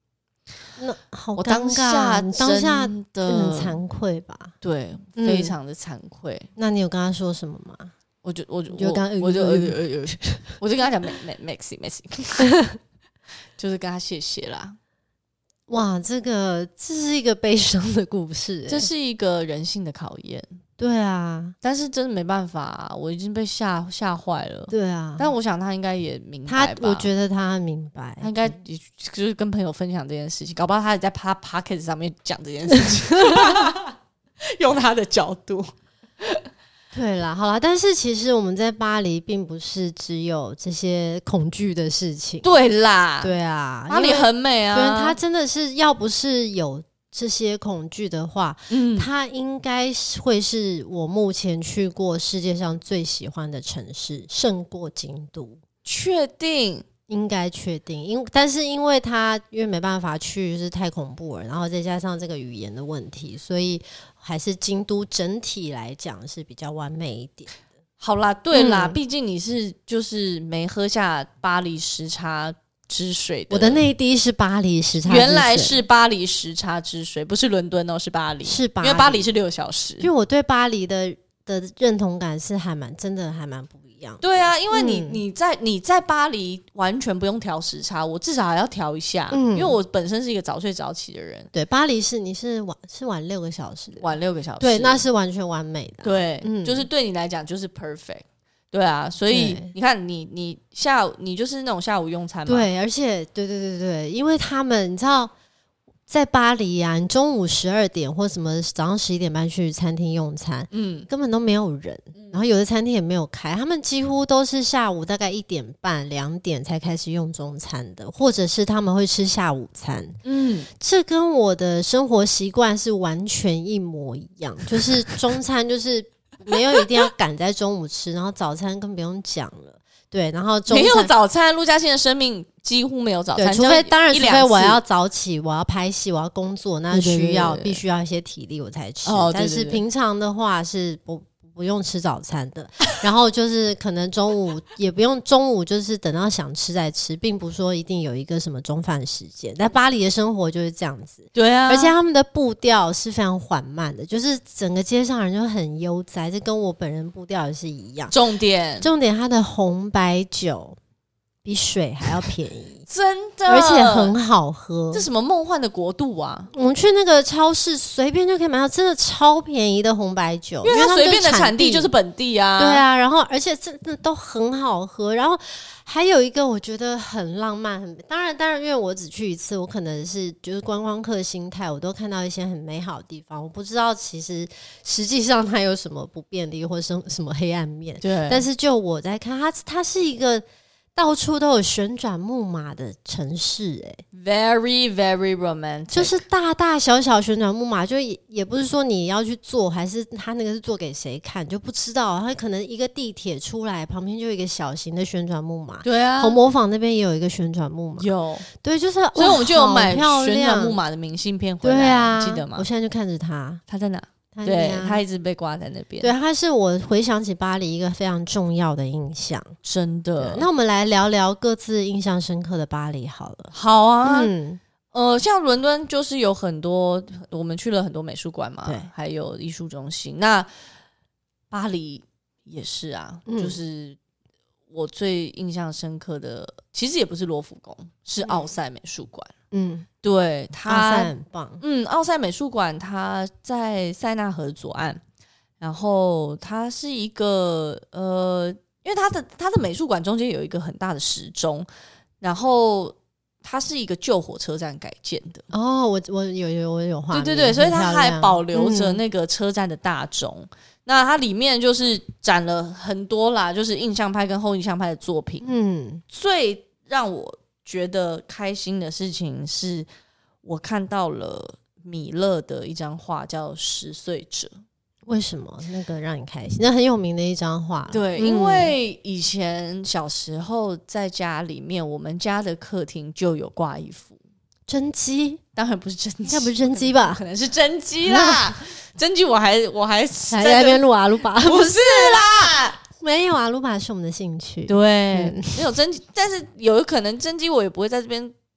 S1: 那好尴尬，你当下的很惭愧吧？
S2: 对，非常的惭愧、嗯。
S1: 那你有跟他说什么吗？
S2: 我就我就
S1: 我就跟他
S2: 我就我就跟他讲 Maxi Maxi， 就是跟他谢谢啦。
S1: 哇，这个这是一个悲伤的故事、欸，
S2: 这是一个人性的考验。
S1: 对啊，
S2: 但是真的没办法、啊，我已经被吓吓坏了。
S1: 对啊，
S2: 但我想他应该也明白吧，
S1: 他我觉得他明白，
S2: 他应该就是跟朋友分享这件事情，搞不好他也在他 Podcast 上面讲这件事情，用他的角度。
S1: 对啦，好啦，但是其实我们在巴黎并不是只有这些恐惧的事情。
S2: 对啦，
S1: 对啊，
S2: 巴黎很美啊，
S1: 对，他真的是要不是有这些恐惧的话，嗯，它应该会是我目前去过世界上最喜欢的城市，胜过京都。
S2: 确定？
S1: 应该确定，因但是因为它因为没办法去，就是太恐怖了，然后再加上这个语言的问题，所以还是京都整体来讲是比较完美一点的。
S2: 好啦，对啦，嗯、毕竟你是就是没喝下巴黎时差之水的，
S1: 我的那一滴是巴黎时差之水，
S2: 原来是巴黎时差之水，不是伦敦哦，是巴黎，
S1: 是巴黎，
S2: 因为巴黎是六小时。
S1: 因为我对巴黎的的认同感是还蛮真的，还蛮不一样的。
S2: 对啊，因为你、嗯、你在你在巴黎完全不用调时差，我至少还要调一下、嗯，因为我本身是一个早睡早起的人。
S1: 对，巴黎是你是晚是晚六个小时，
S2: 晚六个小时，
S1: 对，那是完全完美的、啊。
S2: 对、嗯，就是对你来讲就是 perfect。对啊，所以你看你，你你下午你就是那种下午用餐嘛。
S1: 对，而且对对对对，因为他们你知道，在巴黎啊，你中午十二点或什么早上十一点半去餐厅用餐，嗯，根本都没有人，然后有的餐厅也没有开，他们几乎都是下午大概一点半、两点才开始用中餐的，或者是他们会吃下午餐。嗯，这跟我的生活习惯是完全一模一样，就是中餐就是。没有一定要赶在中午吃，然后早餐更不用讲了。对，然后中餐
S2: 没有早餐，陆嘉欣的生命几乎没有早餐，
S1: 除非当然除非我要早起，我要拍戏，我要工作，那需要对对对对必须要一些体力我才吃。哦、但是平常的话是不不用吃早餐的，然后就是可能中午也不用中午，就是等到想吃再吃，并不说一定有一个什么中饭时间。在巴黎的生活就是这样子，
S2: 对啊，
S1: 而且他们的步调是非常缓慢的，就是整个街上人就很悠哉，这跟我本人步调也是一样。
S2: 重点，
S1: 重点，它的红白酒比水还要便宜，
S2: 真的，
S1: 而且很好喝。
S2: 这什么梦幻的国度啊！
S1: 我们去那个超市随便就可以买到真的超便宜的红白酒，
S2: 因为它随便的产地就是本地啊。
S1: 对啊，然后而且真的都很好喝。然后还有一个我觉得很浪漫，很当然当然，因为我只去一次，我可能是就是观光客心态，我都看到一些很美好的地方。我不知道其实实际上它有什么不便利或是什么黑暗面。
S2: 对，
S1: 但是就我在看它，它是一个。到处都有旋转木马的城市、欸，哎
S2: ，very very romantic，
S1: 就是大大小小旋转木马，就 也, 也不是说你要去做，还是他那个是做给谁看，就不知道。他可能一个地铁出来，旁边就有一个小型的旋转木马。
S2: 对啊，
S1: 红磨坊那边也有一个旋转木马，
S2: 有，
S1: 对，就是，
S2: 所以我们就有买旋转木马的明信片回来，
S1: 对啊，
S2: 记得吗？
S1: 我现在就看着他，
S2: 他在哪？对，他一直被挂在那边。
S1: 对，他是我回想起巴黎一个非常重要的印象，
S2: 真的。
S1: 那我们来聊聊各自印象深刻的巴黎好了。
S2: 好啊，嗯，呃，像伦敦就是有很多，我们去了很多美术馆嘛，对，还有艺术中心。那巴黎也是啊，嗯、就是我最印象深刻的，其实也不是罗浮宫，是奥赛美术馆。嗯，对，它
S1: 奥赛很棒。
S2: 嗯，奥赛美术馆它在塞纳河左岸，然后它是一个呃，因为它的它的美术馆中间有一个很大的时钟，然后它是一个旧火车站改建的。
S1: 哦，我我有有我有画面，
S2: 对对对，所以它还保留着那个车站的大钟。嗯、那它里面就是展了很多啦，就是印象派跟后印象派的作品。嗯，最让我觉得开心的事情是我看到了米勒的一张画叫《十岁者》。
S1: 为什么那个让你开心？那很有名的一张画。
S2: 对、嗯、因为以前小时候在家里面，我们家的客厅就有挂一幅
S1: 真迹，
S2: 当然不是真迹，
S1: 那不是真迹吧？
S2: 可能是真迹啦真迹我还我还
S1: 还在那边录阿鲁巴
S2: 不是啦
S1: 没有啊，鲁巴是我们的兴趣。
S2: 对、嗯、没有真迹，但是有可能真迹我也不会在这边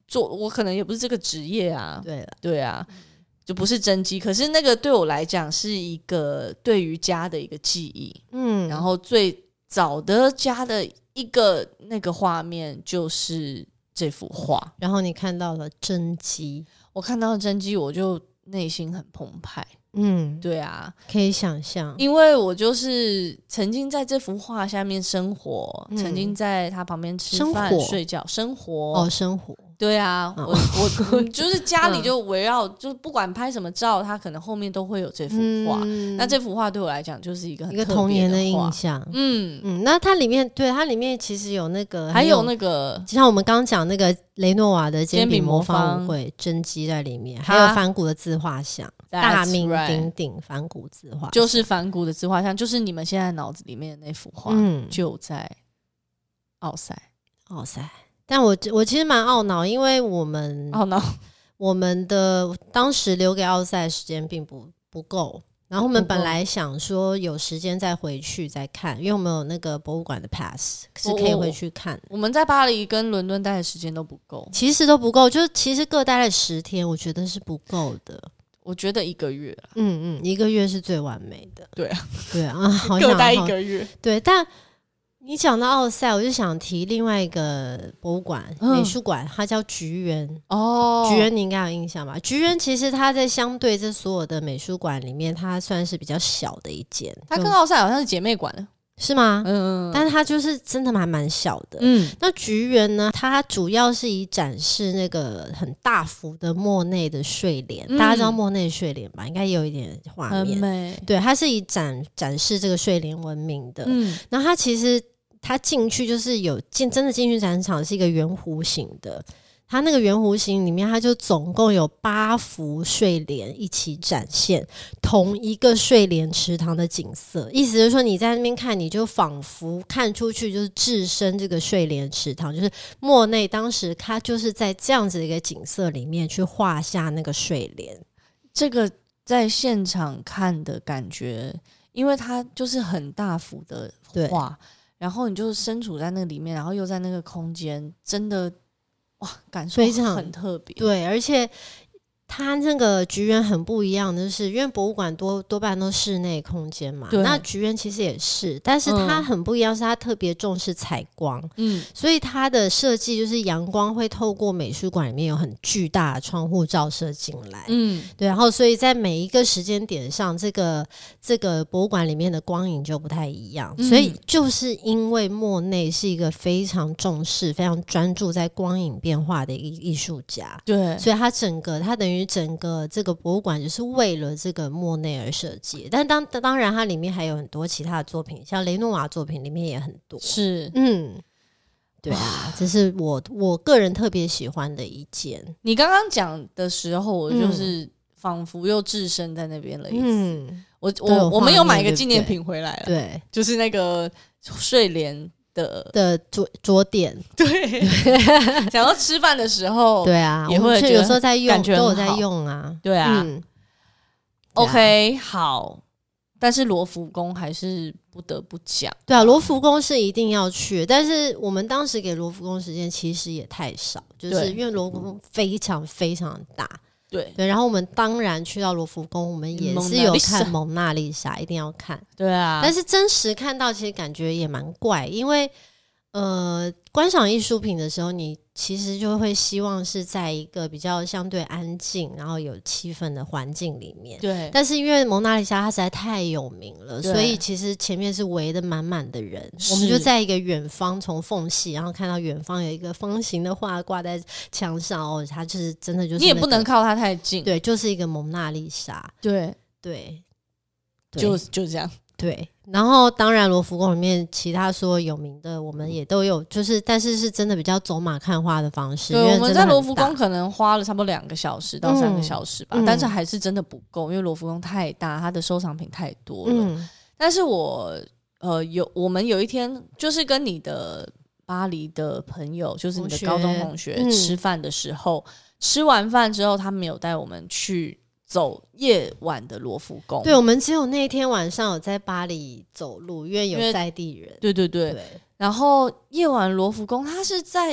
S2: 做，我可能也不是这个职业啊。
S1: 对了，
S2: 对啊，就不是真迹。可是那个对我来讲是一个对于家的一个记忆。嗯，然后最早的家的一个那个画面就是这幅画。
S1: 然后你看到了真迹，
S2: 我看到真迹，我就内心很澎湃。嗯，对啊，
S1: 可以想象，
S2: 因为我就是曾经在这幅画下面生活，嗯、曾经在他旁边吃饭、睡觉，生活
S1: 哦，生活。
S2: 对啊，哦、我我就是家里就围绕，嗯、就不管拍什么照，他可能后面都会有这幅画。嗯、那这幅画对我来讲就是一个很
S1: 一个童年的印象。嗯嗯，那它里面对它里面其实有那个，
S2: 还有那个，
S1: 就像我们刚刚讲那个雷诺瓦的煎饼魔方舞会真迹在里面，还有梵谷的自画像。大名鼎鼎梵谷自画像，
S2: 就是梵谷的自画像，就是你们现在脑子里面的那幅画，嗯，就在奥赛。
S1: 奥赛，但我我其实蛮懊恼，因为我们
S2: 懊恼
S1: 我们的当时留给奥赛的时间并不不够，然后我们本来想说有时间再回去再看，因为我们有那个博物馆的 pass 是可以回去看。
S2: 我, 我们在巴黎跟伦敦待的时间都不够，
S1: 其实都不够，就其实各待了十天，我觉得是不够的。
S2: 我觉得一个月啦，
S1: 嗯嗯，一个月是最完美的。
S2: 对啊，
S1: 对啊，好
S2: 各待一个月。
S1: 对，但你讲到奥赛，我就想提另外一个博物馆、嗯、美术馆，它叫菊园。哦，菊园你应该有印象吧？菊园其实它在相对这所有的美术馆里面，它算是比较小的一间。
S2: 它跟奥赛好像是姐妹馆了。
S1: 是吗？嗯，但是它就是真的蛮蛮小的。嗯，那菊园呢，它主要是以展示那个很大幅的莫内的睡莲，嗯、大家知道莫内睡莲吧？应该也有一点画面，
S2: 很美。
S1: 对，它是以展展示这个睡莲闻名的。嗯，然后它其实它进去就是有进真的进去展场是一个圆弧形的。它那个圆弧形里面，它就总共有八幅睡莲一起展现同一个睡莲池塘的景色，意思就是说你在那边看，你就仿佛看出去就是置身这个睡莲池塘，就是莫内当时他就是在这样子的一个景色里面去画下那个睡莲。
S2: 这个在现场看的感觉，因为它就是很大幅的画，然后你就身处在那个里面，然后又在那个空间，真的。哇，感受很特别。
S1: 对，而且它那个菊园很不一样的是，因为博物馆多多半都室内空间嘛，那菊园其实也是，但是它很不一样，是它特别重视采光，嗯，所以它的设计就是阳光会透过美术馆里面有很巨大的窗户照射进来，嗯，对，然后所以在每一个时间点上，这个这个博物馆里面的光影就不太一样，嗯，所以就是因为莫内是一个非常重视、非常专注在光影变化的一个艺术家，
S2: 对，
S1: 所以他整个他等于整个这个博物馆就是为了这个莫内而设计，但当当然它里面还有很多其他的作品，像雷诺瓦作品里面也很多，
S2: 是，
S1: 嗯，对啊，这是我我个人特别喜欢的一件。
S2: 你刚刚讲的时候，我就是仿佛又置身在那边了一次。嗯，我我我们有买一个纪念品回来了，
S1: 对，
S2: 就是那个睡莲的
S1: 的桌桌垫，
S2: 对，想要吃饭的时候，
S1: 对啊，
S2: 也会
S1: 有时候在用，
S2: 感觉
S1: 都有在用啊，
S2: 对啊。嗯、OK， 好，但是罗浮宫还是不得不讲，
S1: 对啊，罗浮宫是一定要去，但是我们当时给罗浮宫时间其实也太少，就是因为罗浮宫非常非常大。
S2: 对
S1: 对，然后我们当然去到罗浮宫，我们也是有看蒙娜丽莎，一定要看。
S2: 对啊，
S1: 但是真实看到其实感觉也蛮怪，因为呃，观赏艺术品的时候，你其实就会希望是在一个比较相对安静，然后有气氛的环境里面。
S2: 对，
S1: 但是因为蒙娜丽莎它实在太有名了，所以其实前面是围得满满的人，我们就在一个远方从缝隙，然后看到远方有一个方形的画挂在墙上，哦，它就是真的就是、那个、
S2: 你也不能靠它太近，
S1: 对，就是一个蒙娜丽莎，
S2: 对
S1: 对，
S2: 就就这样。
S1: 对，然后当然罗浮宫里面其他所有有名的我们也都有，就是但是是真的比较走马看花的方式。
S2: 对，我们在罗浮宫可能花了差不多两个小时到三个小时吧、嗯、但是还是真的不够，因为罗浮宫太大，它的收藏品太多了、嗯、但是我呃有我们有一天就是跟你的巴黎的朋友，就是你的高中同学吃饭的时候、嗯、吃完饭之后他们有带我们去走夜晚的罗浮宫。
S1: 对，我们只有那天晚上有在巴黎走路，因为有在地人。
S2: 对对 对, 对然后夜晚罗浮宫它是在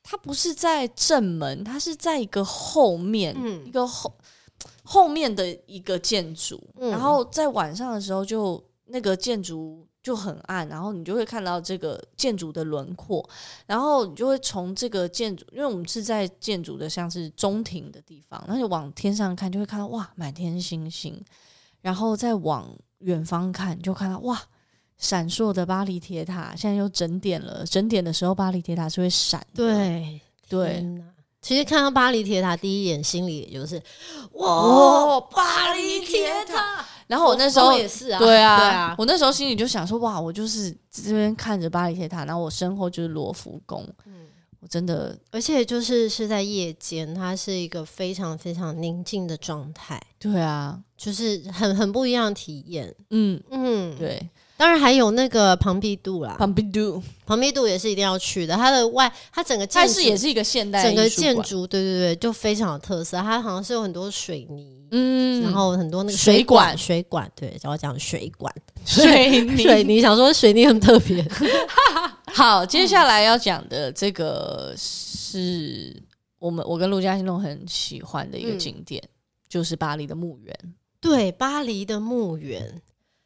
S2: 它不是在正门，它是在一个后面，嗯、一个后后面的一个建筑，嗯、然后在晚上的时候就那个建筑就很暗，然后你就会看到这个建筑的轮廓，然后你就会从这个建筑，因为我们是在建筑的像是中庭的地方，然后就往天上看就会看到哇满天星星，然后再往远方看就看到哇闪烁的巴黎铁塔，现在又整点了，整点的时候巴黎铁塔是会闪的。
S1: 对
S2: 对，
S1: 其实看到巴黎铁塔第一眼心里也就是哇巴黎铁塔，
S2: 然后我那时候
S1: 也是啊，
S2: 对啊，
S1: 对啊，
S2: 我那时候心里就想说哇，我就是这边看着巴黎铁塔，然后我身后就是罗浮宫，嗯，我真的，
S1: 而且就是是在夜间，它是一个非常非常宁静的状态，
S2: 对啊，
S1: 就是很很不一样的体验，
S2: 嗯嗯，对。
S1: 当然还有那个庞毕度啦，
S2: 庞毕度，
S1: 庞毕度也是一定要去的。它的外，它整个建筑
S2: 它是也是一个现代
S1: 整个建筑，对对对，就非常有特色。它好像是有很多水泥，嗯，然后很多那个水管，水管，对，我要讲水管，
S2: 水泥，
S1: 水泥，想说水泥很特别。
S2: 好，接下来要讲的这个是我们我跟陆嘉欣都很喜欢的一个景点，嗯、就是巴黎的墓园。
S1: 对，巴黎的墓园。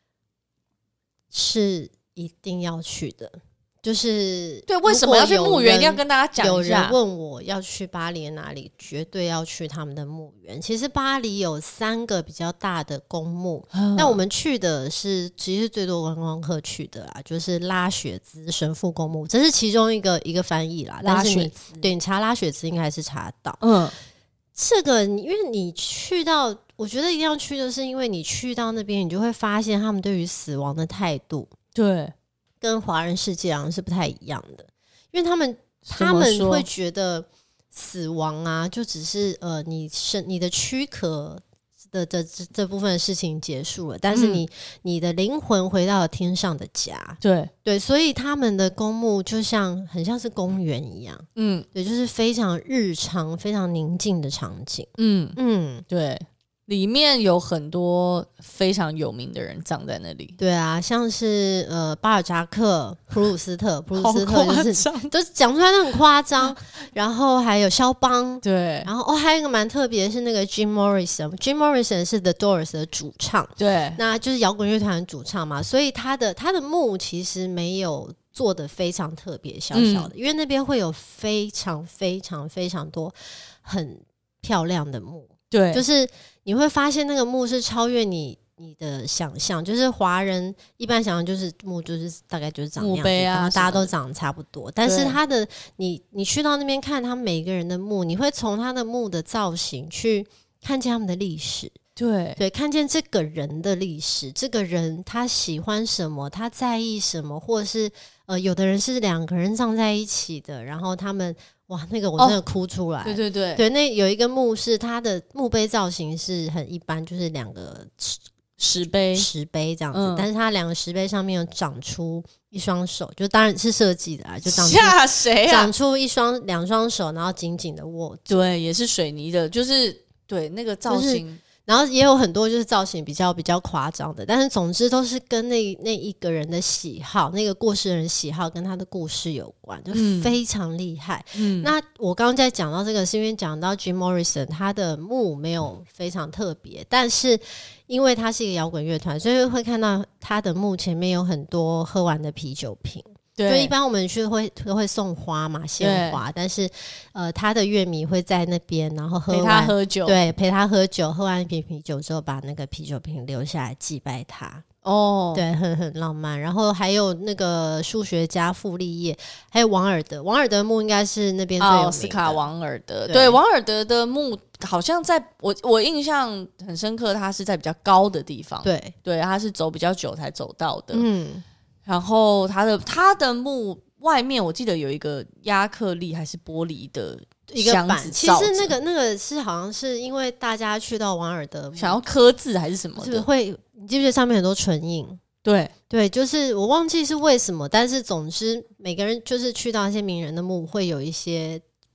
S1: 是一定要去的，就是
S2: 对，为什么要去墓园？一定要跟大家讲一下。
S1: 有人问我要去巴黎哪里，绝对要去他们的墓园。其实巴黎有三个比较大的公墓，那、嗯、我们去的是其实最多观光客去的啦，就是拉雪兹神父公墓，这是其中一个一个翻译啦。
S2: 拉雪兹，
S1: 对，你查拉雪兹应该是查得到。嗯，这个因为你去到。我觉得一定要去，就是因为你去到那边，你就会发现他们对于死亡的态度，
S2: 对，
S1: 跟华人世界好像是不太一样的。因为他们他们会觉得死亡啊，就只是呃，你身你的躯壳的这这这部分的事情结束了，但是你、嗯、你的灵魂回到了天上的家，
S2: 对
S1: 对，所以他们的公墓就像很像是公园一样，嗯，对，就是非常日常、非常宁静的场景，
S2: 嗯嗯，对。里面有很多非常有名的人葬在那里。
S1: 对啊，像是呃巴尔扎克、普鲁斯特，普鲁斯特就是都讲出来都很夸张。然后还有肖邦，
S2: 对，
S1: 然后哦还有一个蛮特别的是那个 Jim Morrison，Jim Morrison 是 The Doors 的主唱，
S2: 对，
S1: 那就是摇滚乐团的主唱嘛，所以他的他的墓其实没有做的非常特别小小的、嗯，因为那边会有非常非常非常多很漂亮的墓。
S2: 对，
S1: 就是你会发现那个墓是超越你你的想象，就是华人一般想象就是墓就是大概就是长那样子，
S2: 墓碑啊，
S1: 然后大家都长得差不多。但是他的你你去到那边看他每个人的墓，你会从他的墓的造型去看见他们的历史。
S2: 对
S1: 对，看见这个人的历史，这个人他喜欢什么，他在意什么，或者是呃，有的人是两个人葬在一起的，然后他们哇，那个我真的哭出来。
S2: 哦、对对对
S1: 对，那有一个墓是它的墓碑造型是很一般，就是两个
S2: 石碑，
S1: 石碑这样子，嗯、但是它两个石碑上面有长出一双手，就当然是设计的啦，就长出
S2: 吓谁啊？
S1: 长出一双两双手，然后紧紧的握住。
S2: 对，也是水泥的，就是对那个造型。就是
S1: 然后也有很多就是造型比较比较夸张的，但是总之都是跟那那一个人的喜好，那个过世人的喜好跟他的故事有关，就非常厉害。嗯，那我刚刚在讲到这个，是因为讲到 Jim Morrison， 他的墓没有非常特别，但是因为他是一个摇滚乐团，所以会看到他的墓前面有很多喝完的啤酒瓶。就一般我们去会都会送花嘛，鲜花，但是呃，他的乐迷会在那边，然后喝完
S2: 陪他喝酒，
S1: 对，陪他喝酒，喝完一瓶啤酒之后，把那个啤酒瓶留下来祭拜他。哦，对，很很浪漫。然后还有那个数学家傅立叶，还有王尔德，王尔德墓应该是那边最有名的，
S2: 奥斯卡王尔德。对，对王尔德的墓好像在我我印象很深刻，他是在比较高的地方，
S1: 对
S2: 对，他是走比较久才走到的，嗯。然后他的他的墓外面，我记得有一个亚克力还是玻璃的
S1: 一个板，其实那个那个是好像是因为大家去到王尔德
S2: 想要刻字还是什么的，
S1: 是会你记不记得上面很多唇印？
S2: 对
S1: 对，就是我忘记是为什么，但是总之每个人就是去到一些名人的墓会有一些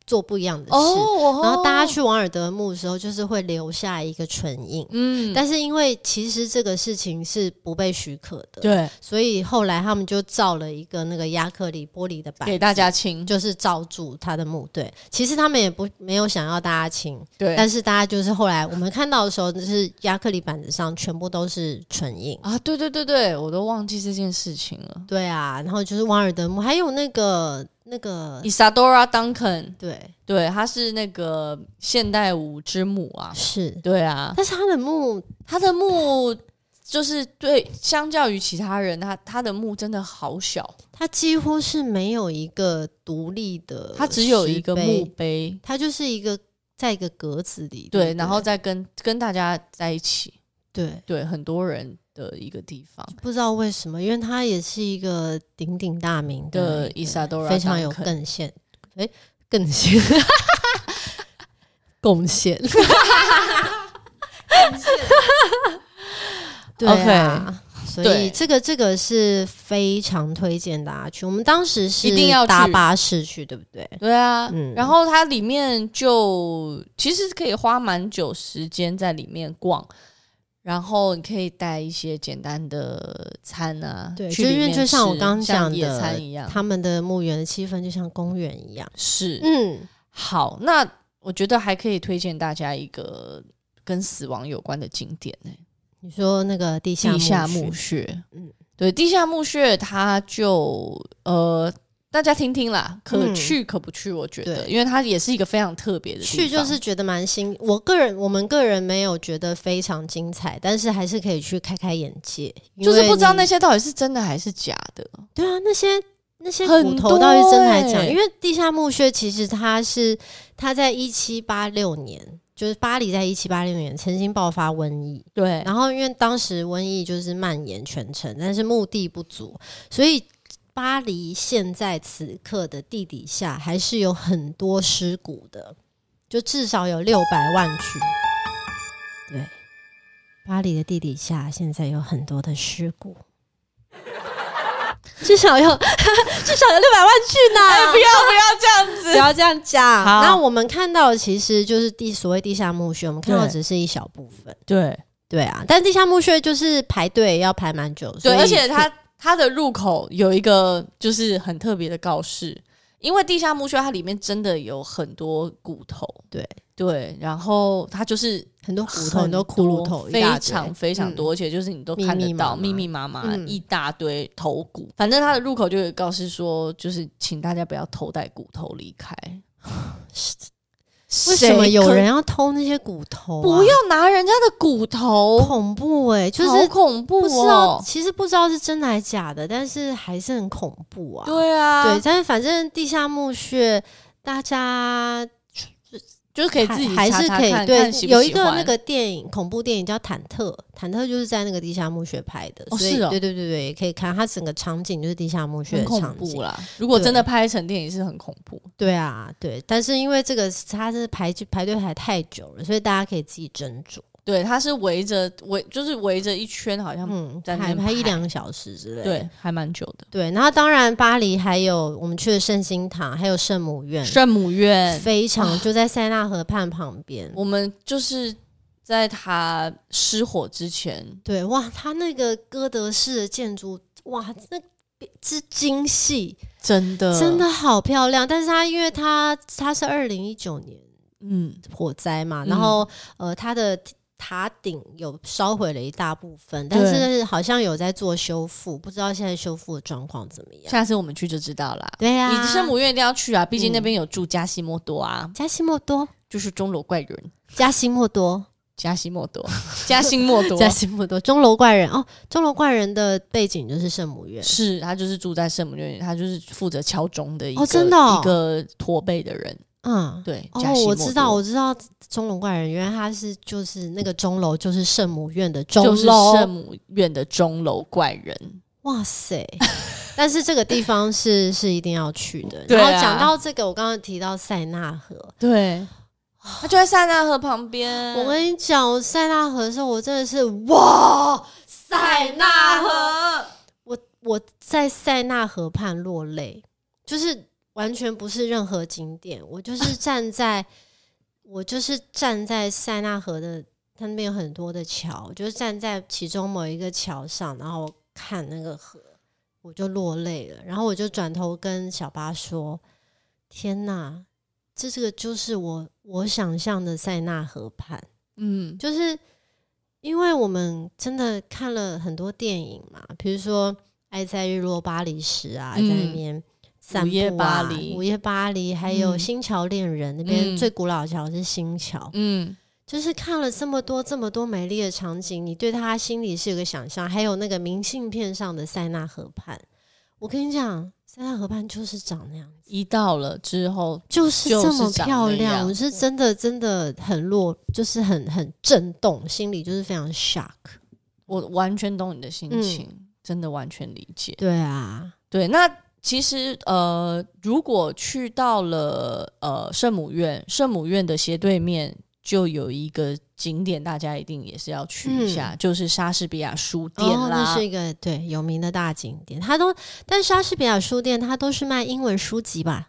S1: 做不一样的事，哦、然后大家去王尔德墓的时候，就是会留下一个唇印。嗯，但是因为其实这个事情是不被许可的，
S2: 对，
S1: 所以后来他们就造了一个那个亚克力玻璃的板子
S2: 给大家亲，
S1: 就是罩住他的墓。对，其实他们也不没有想要大家亲，
S2: 对，
S1: 但是大家就是后来我们看到的时候，就是亚克力板子上全部都是唇印
S2: 啊！对对对对，我都忘记这件事情了。
S1: 对啊，然后就是王尔德墓，还有那个。那个
S2: Isadora Duncan，
S1: 对
S2: 对，他是那个现代舞之母啊，
S1: 是，
S2: 对啊，
S1: 但是他的墓，
S2: 他的墓就是对，相较于其他人，他他的墓真的好小，
S1: 他几乎是没有一个独立的，
S2: 他只有一个墓碑，
S1: 他就是一个在一个格子里，
S2: 对，然后再跟跟大家在一起，
S1: 对
S2: 对，很多人的一个地方，
S1: 不知道为什么，因为他也是一个鼎鼎大名
S2: 的伊莎多拉，
S1: 非常有贡献，哎，贡献，贡献，贡献，对啊。所以这个这个是非常推荐大家去。我们当时是
S2: 一定要
S1: 搭巴士去，对不对？
S2: 对啊，嗯、然后它里面就其实可以花蛮久时间在里面逛。然后你可以带一些简单的餐啊，
S1: 对，就因为就像我刚刚讲的，
S2: 野餐一样，
S1: 他们的墓园的气氛就像公园一样。
S2: 是，嗯，好，那我觉得还可以推荐大家一个跟死亡有关的景点呢、欸。
S1: 你说那个地下
S2: 地下墓穴，嗯，对，地下墓穴它就呃。大家听听啦，可去可不去，我觉得，嗯、因为它也是一个非常特别的地方。
S1: 去就是觉得蛮新，我个人我们个人没有觉得非常精彩，但是还是可以去开开眼界。
S2: 就是不知道那些到底是真的还是假的。
S1: 对啊，那些那些骨头到底是真的还是假的？因为地下墓穴其实它是它在一七八六年。就是巴黎在一七八六年曾经爆发瘟疫，
S2: 对，
S1: 然后因为当时瘟疫就是蔓延全城，但是墓地不足，所以巴黎现在此刻的地底下还是有很多尸骨的，就至少有六百万具。对，巴黎的地底下现在有很多的尸骨。至少有至少有六百万具呢！
S2: 哎、欸，不要不要这样子，
S1: 不要这样讲。那我们看到的其实就是地所谓地下墓穴，我们看到只是一小部分。
S2: 对
S1: 对啊，但地下墓穴就是排队要排蛮久，
S2: 对，而且它它的入口有一个就是很特别的告示，因为地下墓穴它里面真的有很多骨头，
S1: 对
S2: 对，然后它就是
S1: 很多骨头、很多骷髅头，
S2: 非常非常多，嗯、而且就是你都看得到密密麻麻一大堆头骨。嗯、反正它的入口就有告示说，就是请大家不要偷带骨头离开。
S1: 为什么有人要偷那些骨头、啊？
S2: 不要拿人家的骨头，
S1: 恐怖哎、欸，就是
S2: 好恐怖哦！
S1: 不知道，其实不知道是真的还是假的，但是还是很恐怖啊。
S2: 对啊，
S1: 对，但是反正地下墓穴，大家
S2: 就是可以自己
S1: 还是可以
S2: 查查
S1: 对
S2: 看喜不喜欢。
S1: 有一个那个电影，恐怖电影叫《忐忑》，忐忑就是在那个地下墓穴拍的，
S2: 哦、
S1: 所以
S2: 是哦，
S1: 对对对对，也可以看它整个场景就是地下墓穴的场景，
S2: 很恐怖啦。如果真的拍成电影是很恐怖。
S1: 对啊，对，但是因为这个它是排排队排太久了，所以大家可以自己斟酌。
S2: 对，它是围着围，就是围着一圈，好像在那
S1: 嗯，排一两个小时之类的，
S2: 对，还蛮久的。
S1: 对，然后当然巴黎还有我们去的圣心堂，还有圣母院，
S2: 圣母院
S1: 非常就在塞纳河畔旁边。
S2: 我们就是在它失火之前，
S1: 对，哇，它那个哥德式的建筑，哇，那之精细，
S2: 真的
S1: 真的好漂亮。但是它因为它它是二零一九年嗯火灾嘛，嗯、然后呃它的塔顶有烧毁了一大部分，但是好像有在做修复，不知道现在修复的状况怎么样。
S2: 下次我们去就知道啦。
S1: 对啊，
S2: 你圣母院一定要去啊，毕竟那边有住加西莫多啊。
S1: 加西莫多
S2: 就是钟楼怪人。
S1: 加西莫多，
S2: 加西莫多，加西莫多，
S1: 加西莫多，钟楼怪人哦。钟楼怪人的背景就是圣母院，
S2: 是他就是住在圣母院，他就是负责敲钟的一个、
S1: 哦、真的哦、
S2: 一个驼背的人。嗯，对。
S1: 哦，我知道，我知道钟楼怪人，原来他是就是那个钟楼，就是圣母院的钟楼，
S2: 就是圣母院的钟楼怪人。
S1: 哇塞！但是这个地方是是一定要去的。
S2: 对啊、
S1: 然后讲到这个，我刚刚提到塞纳河，
S2: 对，他就在塞纳河旁边。
S1: 我跟你讲，塞纳河的时候，我真的是哇，塞纳河！我我在塞纳河畔落泪，就是。 完全不是任何景点，我就是站在我就是站在塞纳河的，它那边有很多的桥，我就站在其中某一个桥上，然后看那个河，我就落泪了。然后我就转头跟小巴说：“天哪，这这个就是我我想象的塞纳河畔。”嗯，就是因为我们真的看了很多电影嘛，比如说《爱在日落巴黎时》啊，嗯、在那边。散步啊、午夜巴黎，午夜巴黎，还有新桥恋人、嗯、那边最古老的桥是新桥，嗯，就是看了这么多这么多美丽的场景，你对他心里是有个想象。还有那个明信片上的塞纳河畔，我跟你讲，塞纳河畔就是长那样子，
S2: 一到了之后
S1: 就是这么漂亮，我是真的真的很落，就是很很震动，心里就是非常 shock。
S2: 我完全懂你的心情、嗯、真的完全理解。
S1: 对啊，
S2: 对，那其实呃，如果去到了呃圣母院，圣母院的斜对面就有一个景点，大家一定也是要去一下，嗯、就是莎士比亚书店啦。
S1: 哦，那是一个对有名的大景点。它都，但莎士比亚书店它都是卖英文书籍吧？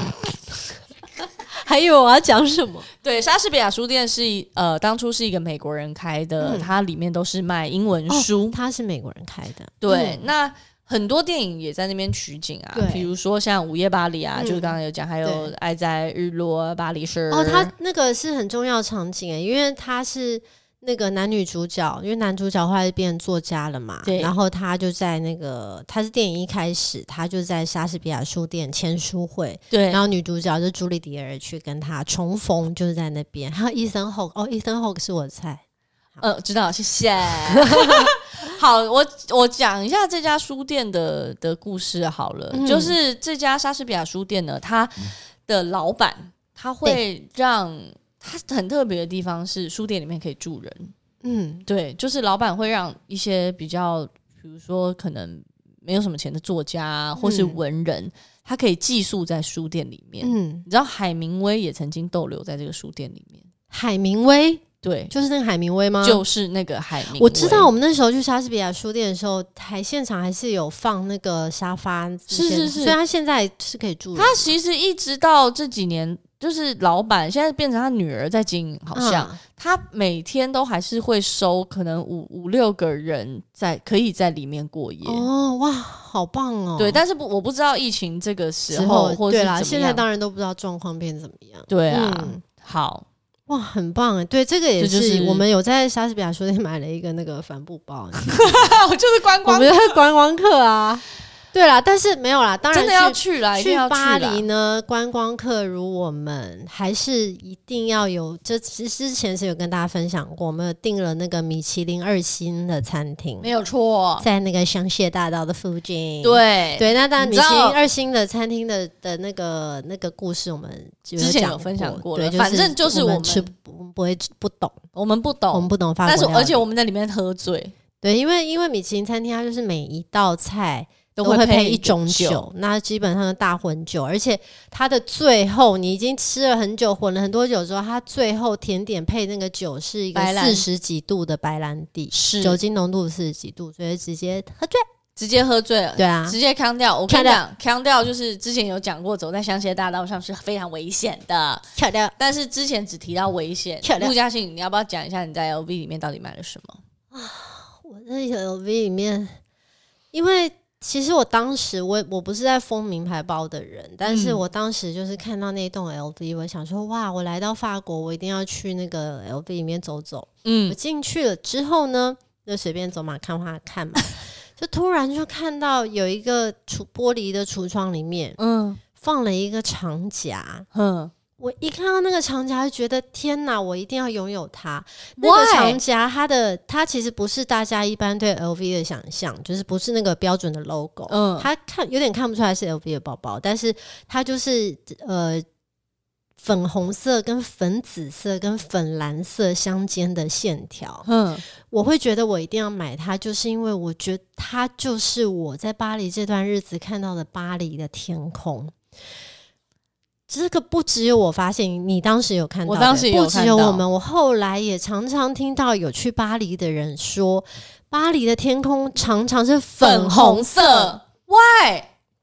S1: 还以为我要讲什么？
S2: 对，莎士比亚书店是呃当初是一个美国人开的，嗯、它里面都是卖英文书。
S1: 哦、它是美国人开的。
S2: 对，嗯、那。很多电影也在那边取景啊，比如说像《午夜巴黎》啊，嗯、就是刚刚有讲，还有《爱在日落巴黎时》。
S1: 哦，它那个是很重要的场景诶，因为他是那个男女主角，因为男主角后来变成作家了嘛，对，然后他就在那个他是电影一开始，他就在莎士比亚书店签书会，对，然后女主角就朱莉迪尔去跟他重逢，就是在那边。还有伊森霍克，哦，伊森霍克是我的菜。
S2: 呃，知道，谢谢。好，我我讲一下这家书店的的故事好了。嗯、就是这家莎士比亚书店呢，它的老板他会让他很特别的地方是，书店里面可以住人。嗯，对，就是老板会让一些比较，比如说可能没有什么钱的作家或是文人，嗯、他可以寄宿在书店里面。嗯，你知道海明威也曾经逗留在这个书店里面。
S1: 海明威。
S2: 对，
S1: 就是那个海明威吗？
S2: 就是那个海明威。
S1: 我知道我们那时候去莎士比亚书店的时候，台现场还是有放那个沙发，
S2: 是是是，
S1: 所以他现在是可以住的。
S2: 他其实一直到这几年，就是老板现在变成他女儿在经营，好像、嗯、他每天都还是会收可能五五六个人在可以在里面过夜。
S1: 哦，哇，好棒哦！
S2: 对，但是不我不知道疫情这个时候或是
S1: 对啦，现在当然都不知道状况变怎么样。
S2: 对啊，嗯、好。
S1: 哇，很棒哎！对，这个也是、就是、我们有在莎士比亚书店买了一个那个帆布包，
S2: 我就是观光，
S1: 我们是观光客啊。对啦，但是没有啦，当然
S2: 真的要去啦，
S1: 去巴黎呢，观光客如我们还是一定要有。这之前是有跟大家分享过，我们有订了那个米其林二星的餐厅，
S2: 没有错，
S1: 在那个香榭大道的附近。
S2: 对
S1: 对，那当然米其林二星的餐厅的的那个那个故事，我们
S2: 之前有分享过了。
S1: 对，
S2: 反正就是我们
S1: 吃不不会不懂，
S2: 我们不懂，
S1: 我们不懂法国料理，
S2: 但是而且我们在里面喝醉。
S1: 对，因为因为米其林餐厅它就是每一道菜都会配一种酒，那基本上是大混酒，而且它的最后你已经吃了很久，混了很多酒之后，它最后甜点配那个酒是一个四十几度的白兰地，是酒精浓度四十几度，所以直接喝醉，
S2: 直接喝醉了，
S1: 对啊，
S2: 直接扛掉。我跟你讲，扛掉就是之前有讲过，走在香榭大道上是非常危险的，跳掉。但是之前只提到危险。陆嘉欣，你要不要讲一下你在 L V 里面到底买了什么？
S1: 啊，我在 L V 里面，因为。其实我当时我我不是在封名牌包的人，但是我当时就是看到那栋 L V， 我想说哇，我来到法国，我一定要去那个 L V 里面走走。嗯，我进去了之后呢，就随便走马看花看嘛，就突然就看到有一个橱玻璃的橱窗里面，嗯，放了一个长夹，嗯。我一看到那个长夹就觉得天哪，我一定要拥有它。那个长夹它的它其实不是大家一般对 L V 的想象，就是不是那个标准的 logo，嗯，它看有点看不出来是 L V 的包包，但是它就是呃粉红色跟粉紫色跟粉蓝色相间的线条，嗯，我会觉得我一定要买它，就是因为我觉得它就是我在巴黎这段日子看到的巴黎的天空。这个不只有我发现，你当时有看到的，
S2: 我当时也有看到，
S1: 不只有我们，我后来也常常听到有去巴黎的人说，巴黎的天空常常是粉红色。
S2: Why？
S1: 就是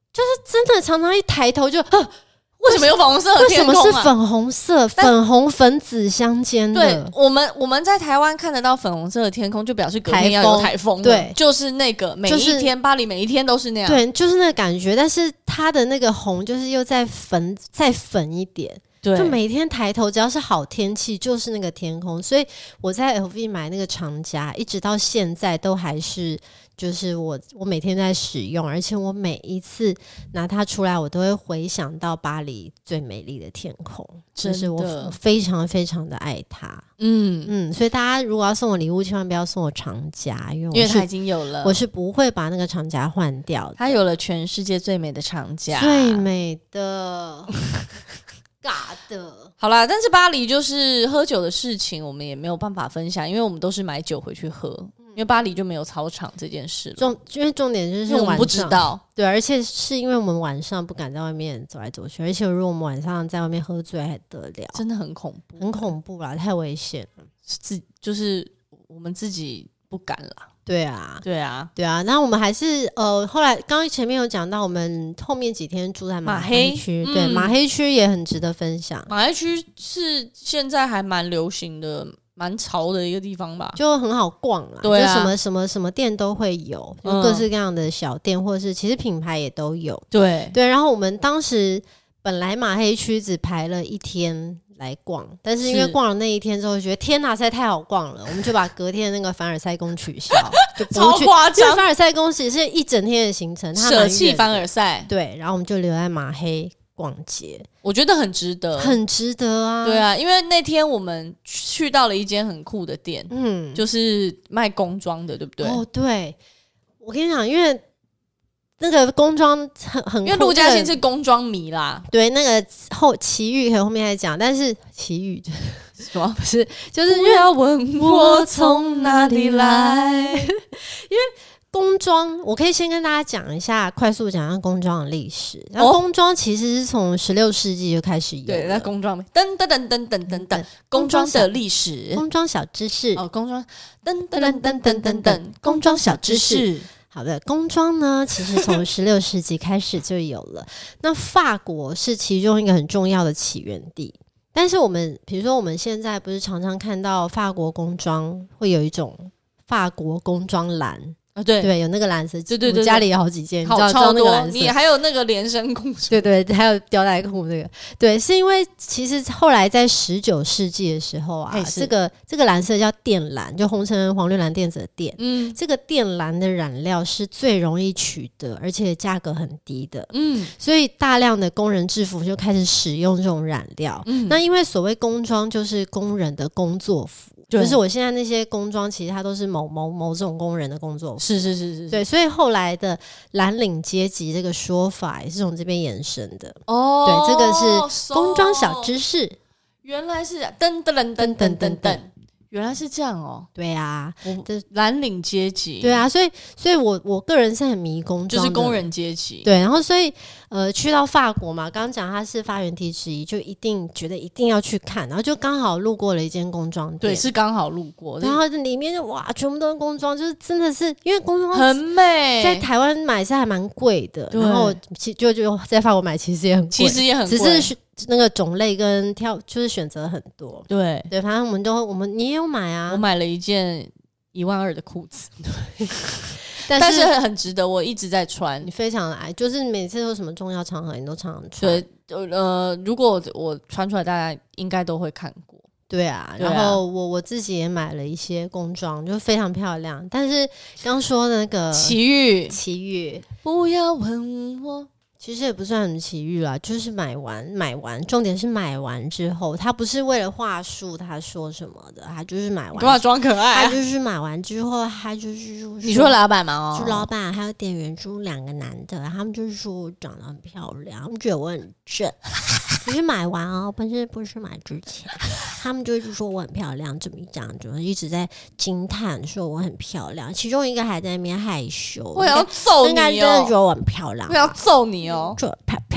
S1: 真的常常一抬头就
S2: 为什么有粉红色的天空、啊、
S1: 为什么是粉红色？粉红粉紫相间的。
S2: 对，我们我们在台湾看得到粉红色的天空，就表示隔天要有台风。对，就是那个每一天、就是、巴黎每一天都是那样。
S1: 对，就是那个感觉。但是它的那个红就是又再粉再粉一点。对，就每天抬头，只要是好天气，就是那个天空。所以我在 L V 买那个长夹，一直到现在都还是。就是我，我每天在使用，而且我每一次拿它出来，我都会回想到巴黎最美丽的天空，就是我非常非常的爱它。嗯嗯，所以大家如果要送我礼物，千万不要送我长夹，因为我
S2: 因为它已经有了，
S1: 我是不会把那个长夹换掉的。
S2: 它有了全世界最美的长夹，
S1: 最美的。尬的，
S2: 好啦，但是巴黎就是喝酒的事情，我们也没有办法分享，因为我们都是买酒回去喝。因为巴黎就没有操场这件事了，
S1: 重因为重点就是
S2: 我们不知道，
S1: 对，而且是因为我们晚上不敢在外面走来走去，而且如果我们晚上在外面喝醉还得了，
S2: 真的很恐怖，
S1: 很恐怖啦，太危险了，
S2: 自就是我们自己不敢啦。
S1: 对啊，
S2: 对啊，
S1: 对啊。那我们还是呃，后来刚刚前面有讲到，我们后面几天住在马黑区，对，马黑区也很值得分享。
S2: 马黑区是现在还蛮流行的。蛮潮的一个地方吧，
S1: 就很好逛啦，对啊，就什么什么什么店都会有，就各式各样的小店，或者是其实品牌也都有。
S2: 对
S1: 对，然后我们当时本来马黑区只排了一天来逛，但是因为逛了那一天之后，觉得天哪，实在太好逛了，我们就把隔天那个凡尔赛宫取消，就不
S2: 超夸张。
S1: 因为凡尔赛宫其实是一整天的行程，
S2: 舍弃凡尔赛，
S1: 对，然后我们就留在马黑。逛街
S2: 我觉得很值得，
S1: 很值得啊！
S2: 对啊，因为那天我们去到了一间很酷的店，嗯，就是卖工装的，对不对？
S1: 哦，对，我跟你讲，因为那个工装很很酷，
S2: 因为陆嘉欣是工装迷啦。
S1: 对，那个后奇遇可以后面再讲，但是奇遇什么不是？就是
S2: 不要问我从哪里来，
S1: 因为。工装，我可以先跟大家讲一下，快速讲一下工装的历史。然后工装其实是从十六世纪就开始有了。
S2: 对，那工装噔噔噔噔噔噔噔，工装的历史，
S1: 工装小知识
S2: 哦，工装噔噔噔噔噔噔噔，工装小知识。
S1: 好的，工装呢，其实从十六世纪开始就有了。那法国是其中一个很重要的起源地。但是我们比如说我们现在不是常常看到法国工装会有一种法国工装蓝。
S2: 啊，对
S1: 对，有那个蓝色，
S2: 对对对，
S1: 家里有好几件，
S2: 好超多。你还有那个连身裤，
S1: 对对，还有吊带裤，这个对，是因为其实后来在十九世纪的时候啊，这个这个蓝色叫靛蓝，就红橙黄绿蓝靛紫的靛，嗯，这个靛蓝的染料是最容易取得，而且价格很低的，嗯，所以大量的工人制服就开始使用这种染料。嗯，那因为所谓工装就是工人的工作服。就是我现在那些工装，其实它都是某某某种工人的工作服。
S2: 是是是是，
S1: 对，所以后来的蓝领阶级这个说法也是从这边延伸的。哦，对，这个是工装小知识。
S2: 原来是噔噔噔噔噔噔噔。原来是这样哦，
S1: 对啊，
S2: 这蓝领阶级，
S1: 对啊，所以，所以我我个人是很迷工装的，
S2: 就是工人阶级，
S1: 对，然后所以呃，去到法国嘛，刚刚讲它是发源地之一，就一定觉得一定要去看，然后就刚好路过了一间工装店，
S2: 对，是刚好路过，
S1: 然后里面就哇，全部都是工装，就是真的是因为工装
S2: 很美，
S1: 在台湾买是还蛮贵的，然后其就就在法国买其实也很贵，
S2: 其实也很贵，
S1: 只是那个种类跟挑就是选择很多，
S2: 对
S1: 对，反正我们都我们你也有买啊，
S2: 我买了一件一万二的裤子，
S1: 对，
S2: 但是但是很值得，我一直在穿，
S1: 你非常的爱，就是每次有什么重要场合你都常常穿，
S2: 对，呃，如果我，我穿出来，大家应该都会看过。
S1: 对啊，然后我我自己也买了一些工装，就非常漂亮。但是刚说的那个
S2: 奇遇，
S1: 奇遇，
S2: 不要问我。
S1: 其实也不算很奇遇啦，就是买完买完，重点是买完之后，他不是为了话术，他说什么的，他就是买完，
S2: 干嘛装可爱、啊？
S1: 他就是买完之后，他就是说，
S2: 你说老板吗？哦，
S1: 就老板还有店员，就两个男的，他们就是说我长得很漂亮，他们觉得我很正。不是买完哦，不是不是买之前，他们就一直说我很漂亮，怎么讲，就一直在惊叹说我很漂亮。其中一个还在那边害羞，
S2: 我要揍你哦！
S1: 应该真的觉得我很漂亮，
S2: 我要揍你哦！
S1: 就漂漂。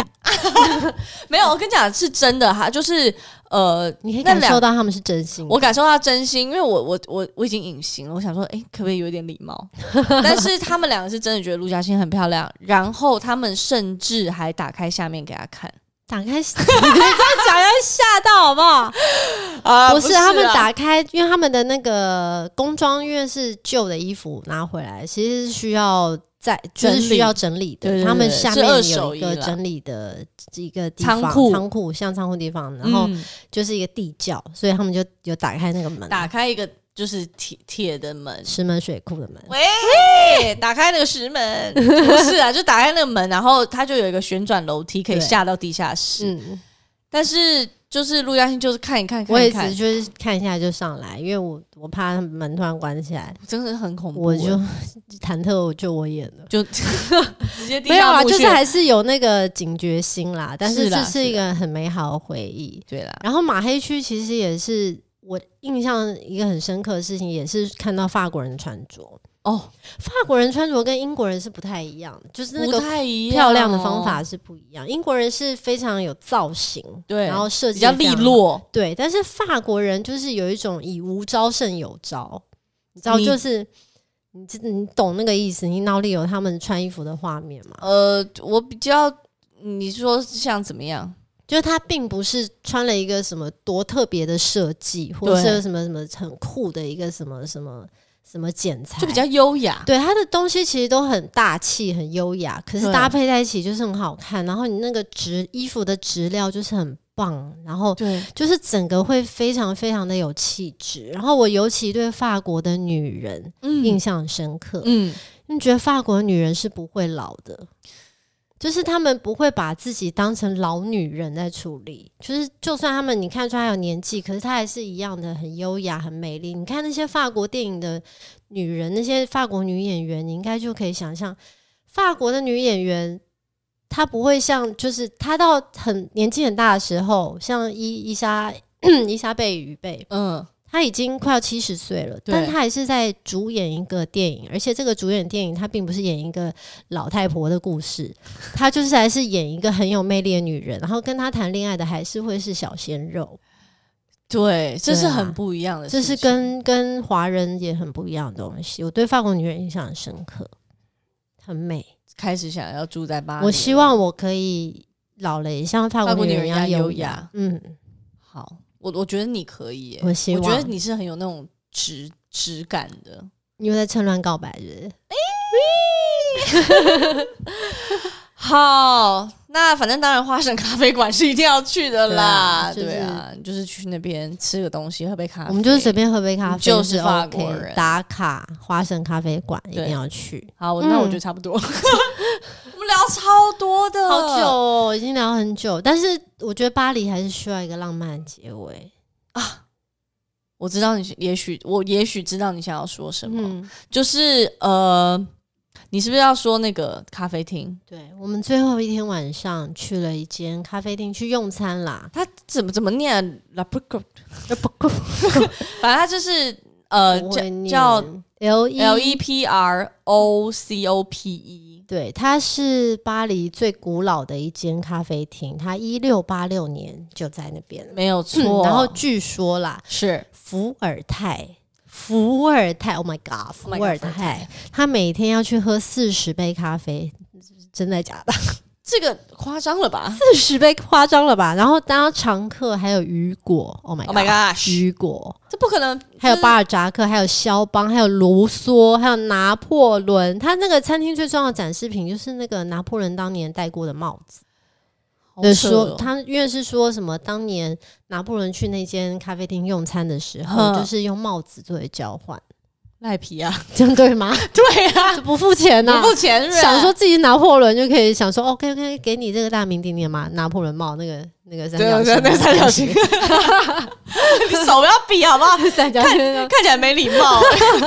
S2: 没有，我跟你讲是真的哈，就是呃，
S1: 你可以感受到他们是真心，
S2: 我感受到真心，因为我我我我已经隐形了，我想说，哎、欸，可不可以有点礼貌？但是他们两个是真的觉得陆嘉欣很漂亮，然后他们甚至还打开下面给他看。
S1: 打开，你这样讲要吓到好不好？啊，不是，不是他们打开，因为他们的那个工装，因为是旧的衣服拿回来，其实是需要在，就是需要整理的。
S2: 对对对，
S1: 他们下面有一个整理的一个地方，
S2: 仓库，
S1: 仓库像仓库地方，然后就是一个地窖，所以他们就有打开那个门，
S2: 打开一个。就是铁铁的门，
S1: 石门水库的门。
S2: 喂，打开那个石门，不是啊，就打开那个门，然后它就有一个旋转楼梯，可以下到地下室。嗯，但是就是陆嘉欣就是看一看，看一看，
S1: 我也只就是看一下就上来，因为我我怕门突然关起来，
S2: 真的很恐怖，
S1: 我就忐忑，就我演了，
S2: 就直接地
S1: 没有啊，就是还是有那个警觉心啦。但是这是一个很美好的回忆，
S2: 对啦。
S1: 然后马黑区其实也是。我印象一个很深刻的事情，也是看到法国人穿着哦，法国人穿着跟英国人是不太一样的，就是那个漂亮的方法是不一样。英国人是非常有造型，
S2: 对，
S1: 然后设计
S2: 比较利落，
S1: 对。但是法国人就是有一种以无招胜有招，你知道，就是你你懂那个意思？你脑里有他们穿衣服的画面吗？
S2: 呃，我比较，你说像怎么样？
S1: 就是他并不是穿了一个什么多特别的设计，或者是什么什么很酷的一个什么什么什么剪裁，
S2: 就比较优雅。
S1: 对，他的东西其实都很大气、很优雅，可是搭配在一起就是很好看。然后你那个质衣服的质料就是很棒，然后对，就是整个会非常非常的有气质。然后我尤其对法国的女人印象很深刻，嗯，你觉得法国的女人是不会老的。就是他们不会把自己当成老女人在处理，就是就算他们你看出来有年纪，可是她还是一样的很优雅、很美丽。你看那些法国电影的女人，那些法国女演员，你应该就可以想象，法国的女演员，她不会像，就是她到很年纪很大的时候，像伊伊莎伊莎贝与贝，嗯。他已经快要七十岁了，但他还是在主演一个电影，而且这个主演电影他并不是演一个老太婆的故事，他就是还是演一个很有魅力的女人，然后跟他谈恋爱的还是会是小鲜肉。
S2: 对，这是很不一样的事情，
S1: 这是跟跟华人也很不一样的东西。我对法国女人印象很深刻，很美，
S2: 开始想要住在巴黎。
S1: 我希望我可以老了也像法国女人一样优雅。嗯，
S2: 好。我我觉得你可以耶，
S1: 我希望，
S2: 我觉得你是很有那种质质感的。
S1: 你又在趁乱告白是
S2: 不是？好，那反正当然花神咖啡馆是一定要去的啦。对啊，就是、啊就是去那边吃个东西，喝杯咖啡。
S1: 我们就是随便喝杯咖啡，
S2: 就是法国人、
S1: OK、打卡花神咖啡馆一定要去。
S2: 好，那我觉得差不多。我们聊超多的，
S1: 好久哦，已经聊很久。但是我觉得巴黎还是需要一个浪漫的结尾啊！
S2: 我知道你，也许我也许知道你想要说什么，嗯、就是呃，你是不是要说那个咖啡厅？
S1: 对，我们最后一天晚上去了一间咖啡厅去用餐啦。
S2: 它怎么怎么念 ？La Proco， 反正它就是呃叫 L L E P R O C O P E。
S1: 对，它是巴黎最古老的一间咖啡厅，它一六八六年就在那边，
S2: 没有错、嗯。
S1: 然后据说啦，
S2: 是
S1: 伏尔泰，伏尔泰 ，Oh my God， 伏尔泰，他每天要去喝四十杯咖啡，真的假的？
S2: 这个夸张了吧？
S1: 四十杯夸张了吧？然后当常客还有雨果 ，Oh my
S2: God， Oh my God，
S1: 雨果，
S2: 这不可能。
S1: 还有巴尔扎克，还有肖邦，还有卢梭，还有拿破仑。他那个餐厅最重要的展示品就是那个拿破仑当年戴过的帽子。
S2: 哦、
S1: 说他因为是说什么？当年拿破仑去那间咖啡厅用餐的时候，就是用帽子作为交换。
S2: 赖皮啊，
S1: 这样对吗？
S2: 对啊，
S1: 不付钱呐、啊，
S2: 不付钱是不是，
S1: 想说自己拿破仑就可以想说 OK OK， 给你这个大名鼎鼎的嘛拿破仑帽，那个那个三角形，
S2: 对对对，三角形，你手不要比好不好？
S1: 三角形
S2: 看, 看起来没礼貌。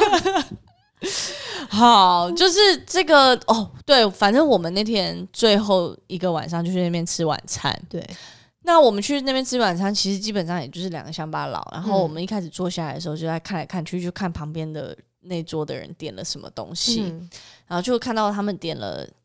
S2: 好，就是这个哦，对，反正我们那天最后一个晚上就去那边吃晚餐，
S1: 对。
S2: 那我们去那边吃晚餐，其实基本上也就是两个乡巴佬。然后我们一开始坐下来的时候，就在看来看去，就看旁边的那桌的人点了什么东西，嗯、然后就看到他们点了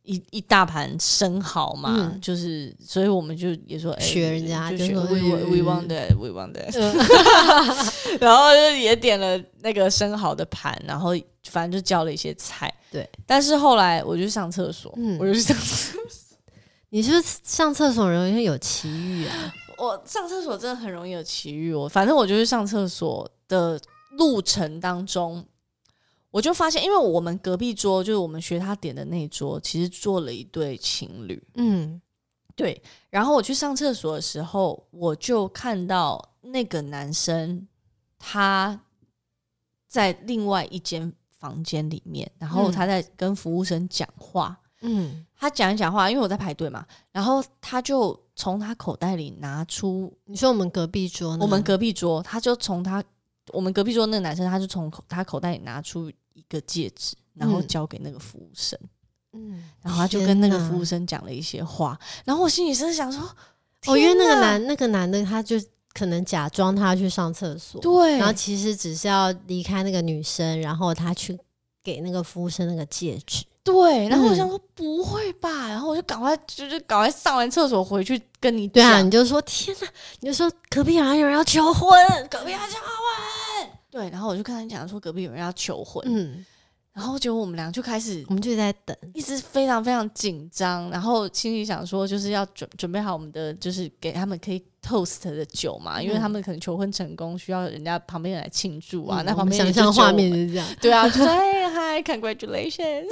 S2: 一一大盘生蚝嘛，嗯、就是所以我们就也说，哎、欸，
S1: 学人家
S2: 就
S1: 说
S2: we we want that we want that，、嗯、然后就也点了那个生蚝的盘，然后反正就叫了一些菜，
S1: 对。
S2: 但是后来我就上厕所，嗯、我就去上厕所。
S1: 你是不是上厕所容易有奇遇啊？
S2: 我上厕所真的很容易有奇遇，我反正我就是上厕所的路程当中。我就发现，因为我们隔壁桌就是我们学他点的那桌，其实坐了一对情侣。嗯，对。然后我去上厕所的时候，我就看到那个男生他在另外一间房间里面，然后他在跟服务生讲话。嗯，他讲一讲话，因为我在排队嘛，然后他就从他口袋里拿出，
S1: 你说我们隔壁桌，
S2: 我们隔壁桌，他就从他我们隔壁桌那个男生，他就从他口袋里拿出一个戒指，然后交给那个服务生，嗯，然后他就跟那个服务生讲了一些话，然后我心里是想说，
S1: 哦，因为那个男那个男的他就可能假装他去上厕所，
S2: 对，
S1: 然后其实只是要离开那个女生，然后他去给那个服务生那个戒指。
S2: 对，然后我想说、嗯、不会吧，然后我就赶快就是赶快上完厕所回去跟你讲，
S1: 对啊，你就说天哪，你就说隔壁好像有人要求婚，隔壁要求婚，
S2: 对，然后我就跟他讲说隔壁有人要求婚，嗯，然后结果我们俩就开始，
S1: 我们就在等，
S2: 一直非常非常紧张，然后心里想说就是要准准备好我们的就是给他们可以 toast 的酒嘛，因为他们可能求婚成功需要人家旁边人来庆祝啊，嗯、那旁边
S1: 想象画面就是这样，
S2: 对啊，就说哎嗨 congratulations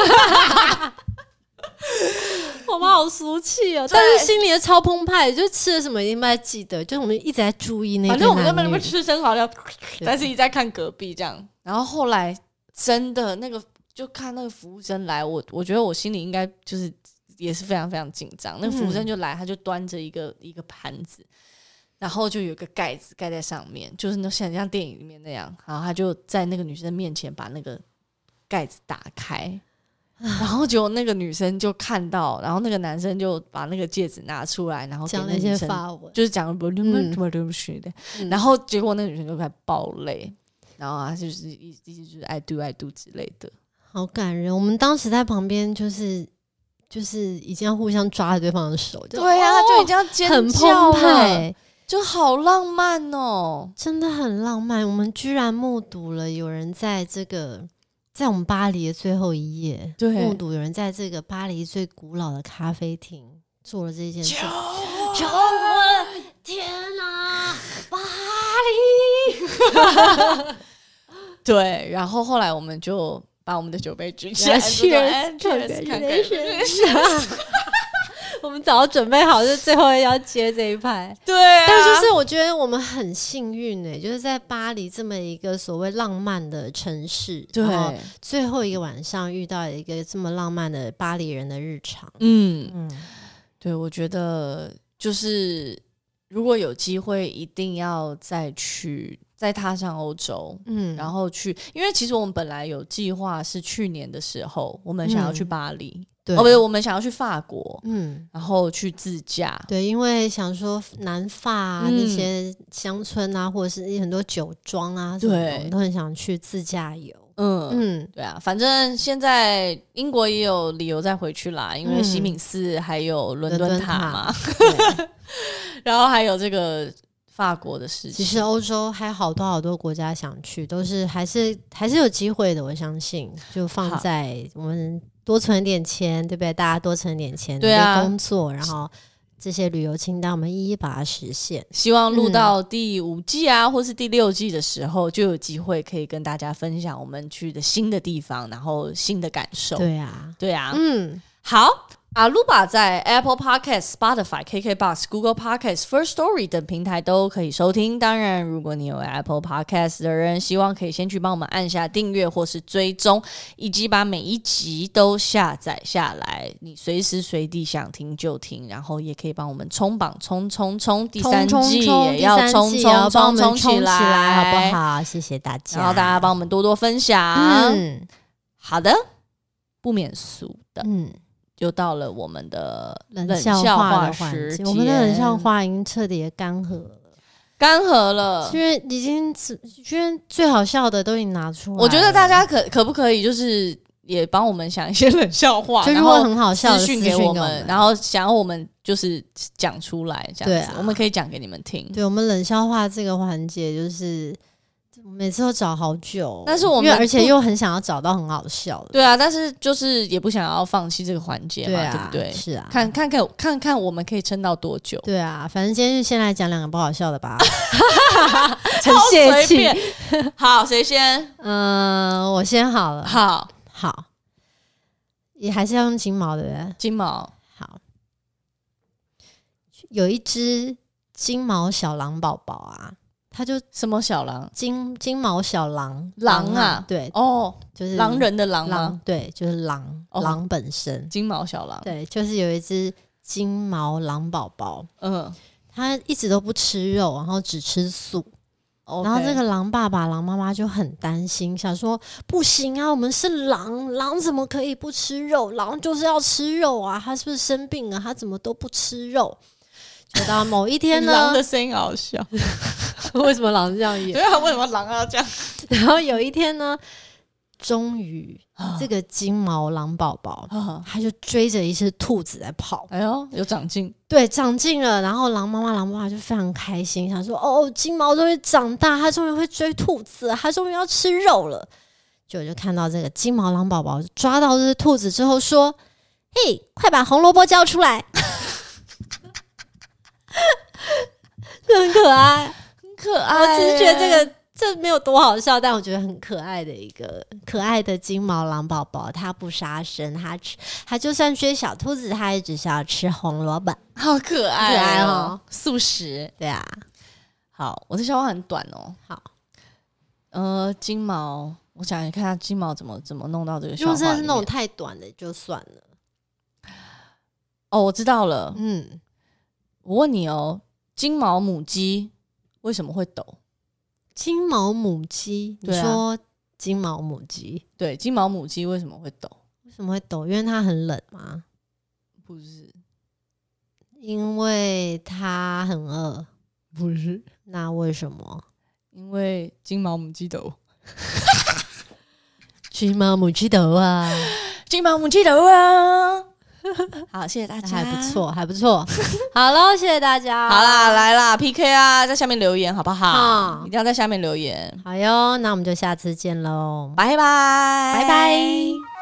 S1: 我们好俗气哦，但是心里的超澎湃，就吃了什么已经不太记得，就是我们一直在注意那个男女，
S2: 反正我们在那边吃生蚝料，但是一直在看隔壁这样，然后后来真的那个就看那个服务生来，我我觉得我心里应该就是也是非常非常紧张。那个服务生就来，他就端着一个一个盘子，然后就有一个盖子盖在上面，就是那像像电影里面那样，然后他就在那个女生面前把那个盖子打开。然后结果那个女生就看到，然后那个男生就把那个戒指拿出来，然后
S1: 讲了一些发文，
S2: 就是讲了的、嗯，然后结果那个女生就开始爆泪，然后啊就是一直就是爱 do 爱 do 之类的，
S1: 好感人。我们当时在旁边就是就是已经要互相抓着对方的手，
S2: 对啊，就已经要尖叫了，
S1: 很澎湃，
S2: 就好浪漫哦，
S1: 真的很浪漫。我们居然目睹了有人在这个。在我们巴黎的最后一夜，目睹有人在这个巴黎最古老的咖啡厅做了这件事。求婚！天哪，巴黎！
S2: 对，然后后来我们就把我们的酒杯举起来
S1: ，Cheers， Cheers，我们早就准备好，就最后要接这一排。
S2: 对啊，
S1: 但就是我觉得我们很幸运哎、欸，就是在巴黎这么一个所谓浪漫的城市，
S2: 对，
S1: 最后一个晚上遇到一个这么浪漫的巴黎人的日常。
S2: 嗯嗯，对，我觉得就是如果有机会，一定要再去。再踏上欧洲，嗯，然后去，因为其实我们本来有计划是去年的时候，我们想要去巴黎，嗯、对，哦，不是，我们想要去法国，嗯，然后去自驾，
S1: 对，因为想说南法啊、嗯、那些乡村啊，或者是很多酒庄啊，对，我们都很想去自驾游。
S2: 嗯嗯，对啊，反正现在英国也有理由再回去啦，因为西敏寺还有伦敦塔嘛，嗯、然后还有这个。法国的事情，
S1: 其实欧洲还有好多好多国家想去，都是还是还是有机会的，我相信。就放在我们多存点钱，对不对？大家多存点钱，对啊，工作，然后这些旅游清单，我们一一把它实现。
S2: 希望录到第五季啊，嗯、或是第六季的时候，就有机会可以跟大家分享我们去的新的地方，然后新的感受。
S1: 对啊，
S2: 对啊，嗯，好。阿鲁巴在 Apple Podcast、Spotify、K K B O X、Google Podcast、First Story 等平台都可以收听。当然，如果你有 Apple Podcast 的人，希望可以先去帮我们按下订阅或是追踪，以及把每一集都下载下来，你随时随地想听就听。然后也可以帮我们冲榜，冲冲冲！第三季也要冲冲冲冲起来，
S1: 好不好？谢谢大家，
S2: 然后大家帮我们多多分享。嗯，好的，不免俗的，嗯。就到了我们的冷笑话时间，
S1: 我们的冷笑话已经彻底干涸了，
S2: 干涸了，
S1: 因为已经因为最好笑的都已经拿出来了。
S2: 我觉得大家可可不可以就是也帮我们想一些冷笑话，
S1: 就如果很好笑的
S2: 私讯给
S1: 我
S2: 们，然后想要我们就是讲出来这样子，啊、我们可以讲给你们听。
S1: 对，我们冷笑话这个环节就是每次都找好久，
S2: 但是我们
S1: 而且又很想要找到很好笑的。
S2: 对啊，但是就是也不想要放弃这个环节嘛， 对,、啊、对不对？
S1: 是啊，
S2: 看看看看看我们可以撑到多久。
S1: 对啊，反正今天就先来讲两个不好笑的吧。很泄气。
S2: 好，谁先？
S1: 嗯、呃，我先好了。
S2: 好，
S1: 好，也还是要用金毛，对不对？
S2: 金毛。
S1: 好，有一只金毛小狼宝宝啊。他就
S2: 什么小狼？
S1: 金金毛小狼，
S2: 狼啊，
S1: 啊对
S2: 哦，
S1: 就是
S2: 狼人的狼吗？
S1: 狼对，就是狼，哦、狼本身。
S2: 金毛小狼，
S1: 对，就是有一只金毛狼宝宝，
S2: 嗯，
S1: 他一直都不吃肉，然后只吃素。
S2: Okay.
S1: 然后这个狼爸爸、狼妈妈就很担心，想说不行啊，我们是狼，狼怎么可以不吃肉？狼就是要吃肉啊！他是不是生病了？他怎么都不吃肉？直到某一天呢，
S2: 狼的声音好笑。
S1: 为什么狼这样演？
S2: 对啊，为什么狼要这样？
S1: 然后有一天呢，终于这个金毛狼宝宝，他就追着一只兔子在跑。
S2: 哎呦，有长进，
S1: 对，长进了。然后狼妈妈、狼爸爸就非常开心，想说：“哦，金毛终于长大，它终于会追兔子了，它终于要吃肉了。”就就看到这个金毛狼宝宝抓到这只兔子之后说：“嘿，快把红萝卜交出来！”很可爱。
S2: 可爱，
S1: 我只是觉得这个这没有多好笑，但我觉得很可爱的一个可爱的金毛狼宝宝，它不杀生，它吃，它就算追小兔子，它也只是要吃红萝卜，
S2: 好可爱、哦，
S1: 可爱哦，
S2: 素食，
S1: 对啊。
S2: 好，我的笑话很短哦。
S1: 好，
S2: 呃，金毛，我想看下金毛怎么怎么弄到这个笑话里面。
S1: 如果真的是那种太短的，就算了。
S2: 哦，我知道了。
S1: 嗯，
S2: 我问你哦，金毛母鸡为什么会抖？
S1: 金毛母鸡，你说金毛母鸡？
S2: 对，金毛母鸡为什么会抖？
S1: 为什么会抖？因为它很冷吗？
S2: 不是，
S1: 因为它很饿。
S2: 不是，
S1: 那为什么？
S2: 因为金毛母鸡抖。
S1: 金毛母鸡抖啊！
S2: 金毛母鸡抖啊！好，谢谢大家，
S1: 还不错，还不错。好咯，谢谢大家。
S2: 好啦，来啦 ，P K 啊，在下面留言好不好？一定要在下面留言。
S1: 好哟，那我们就下次见喽，
S2: 拜拜，
S1: 拜拜。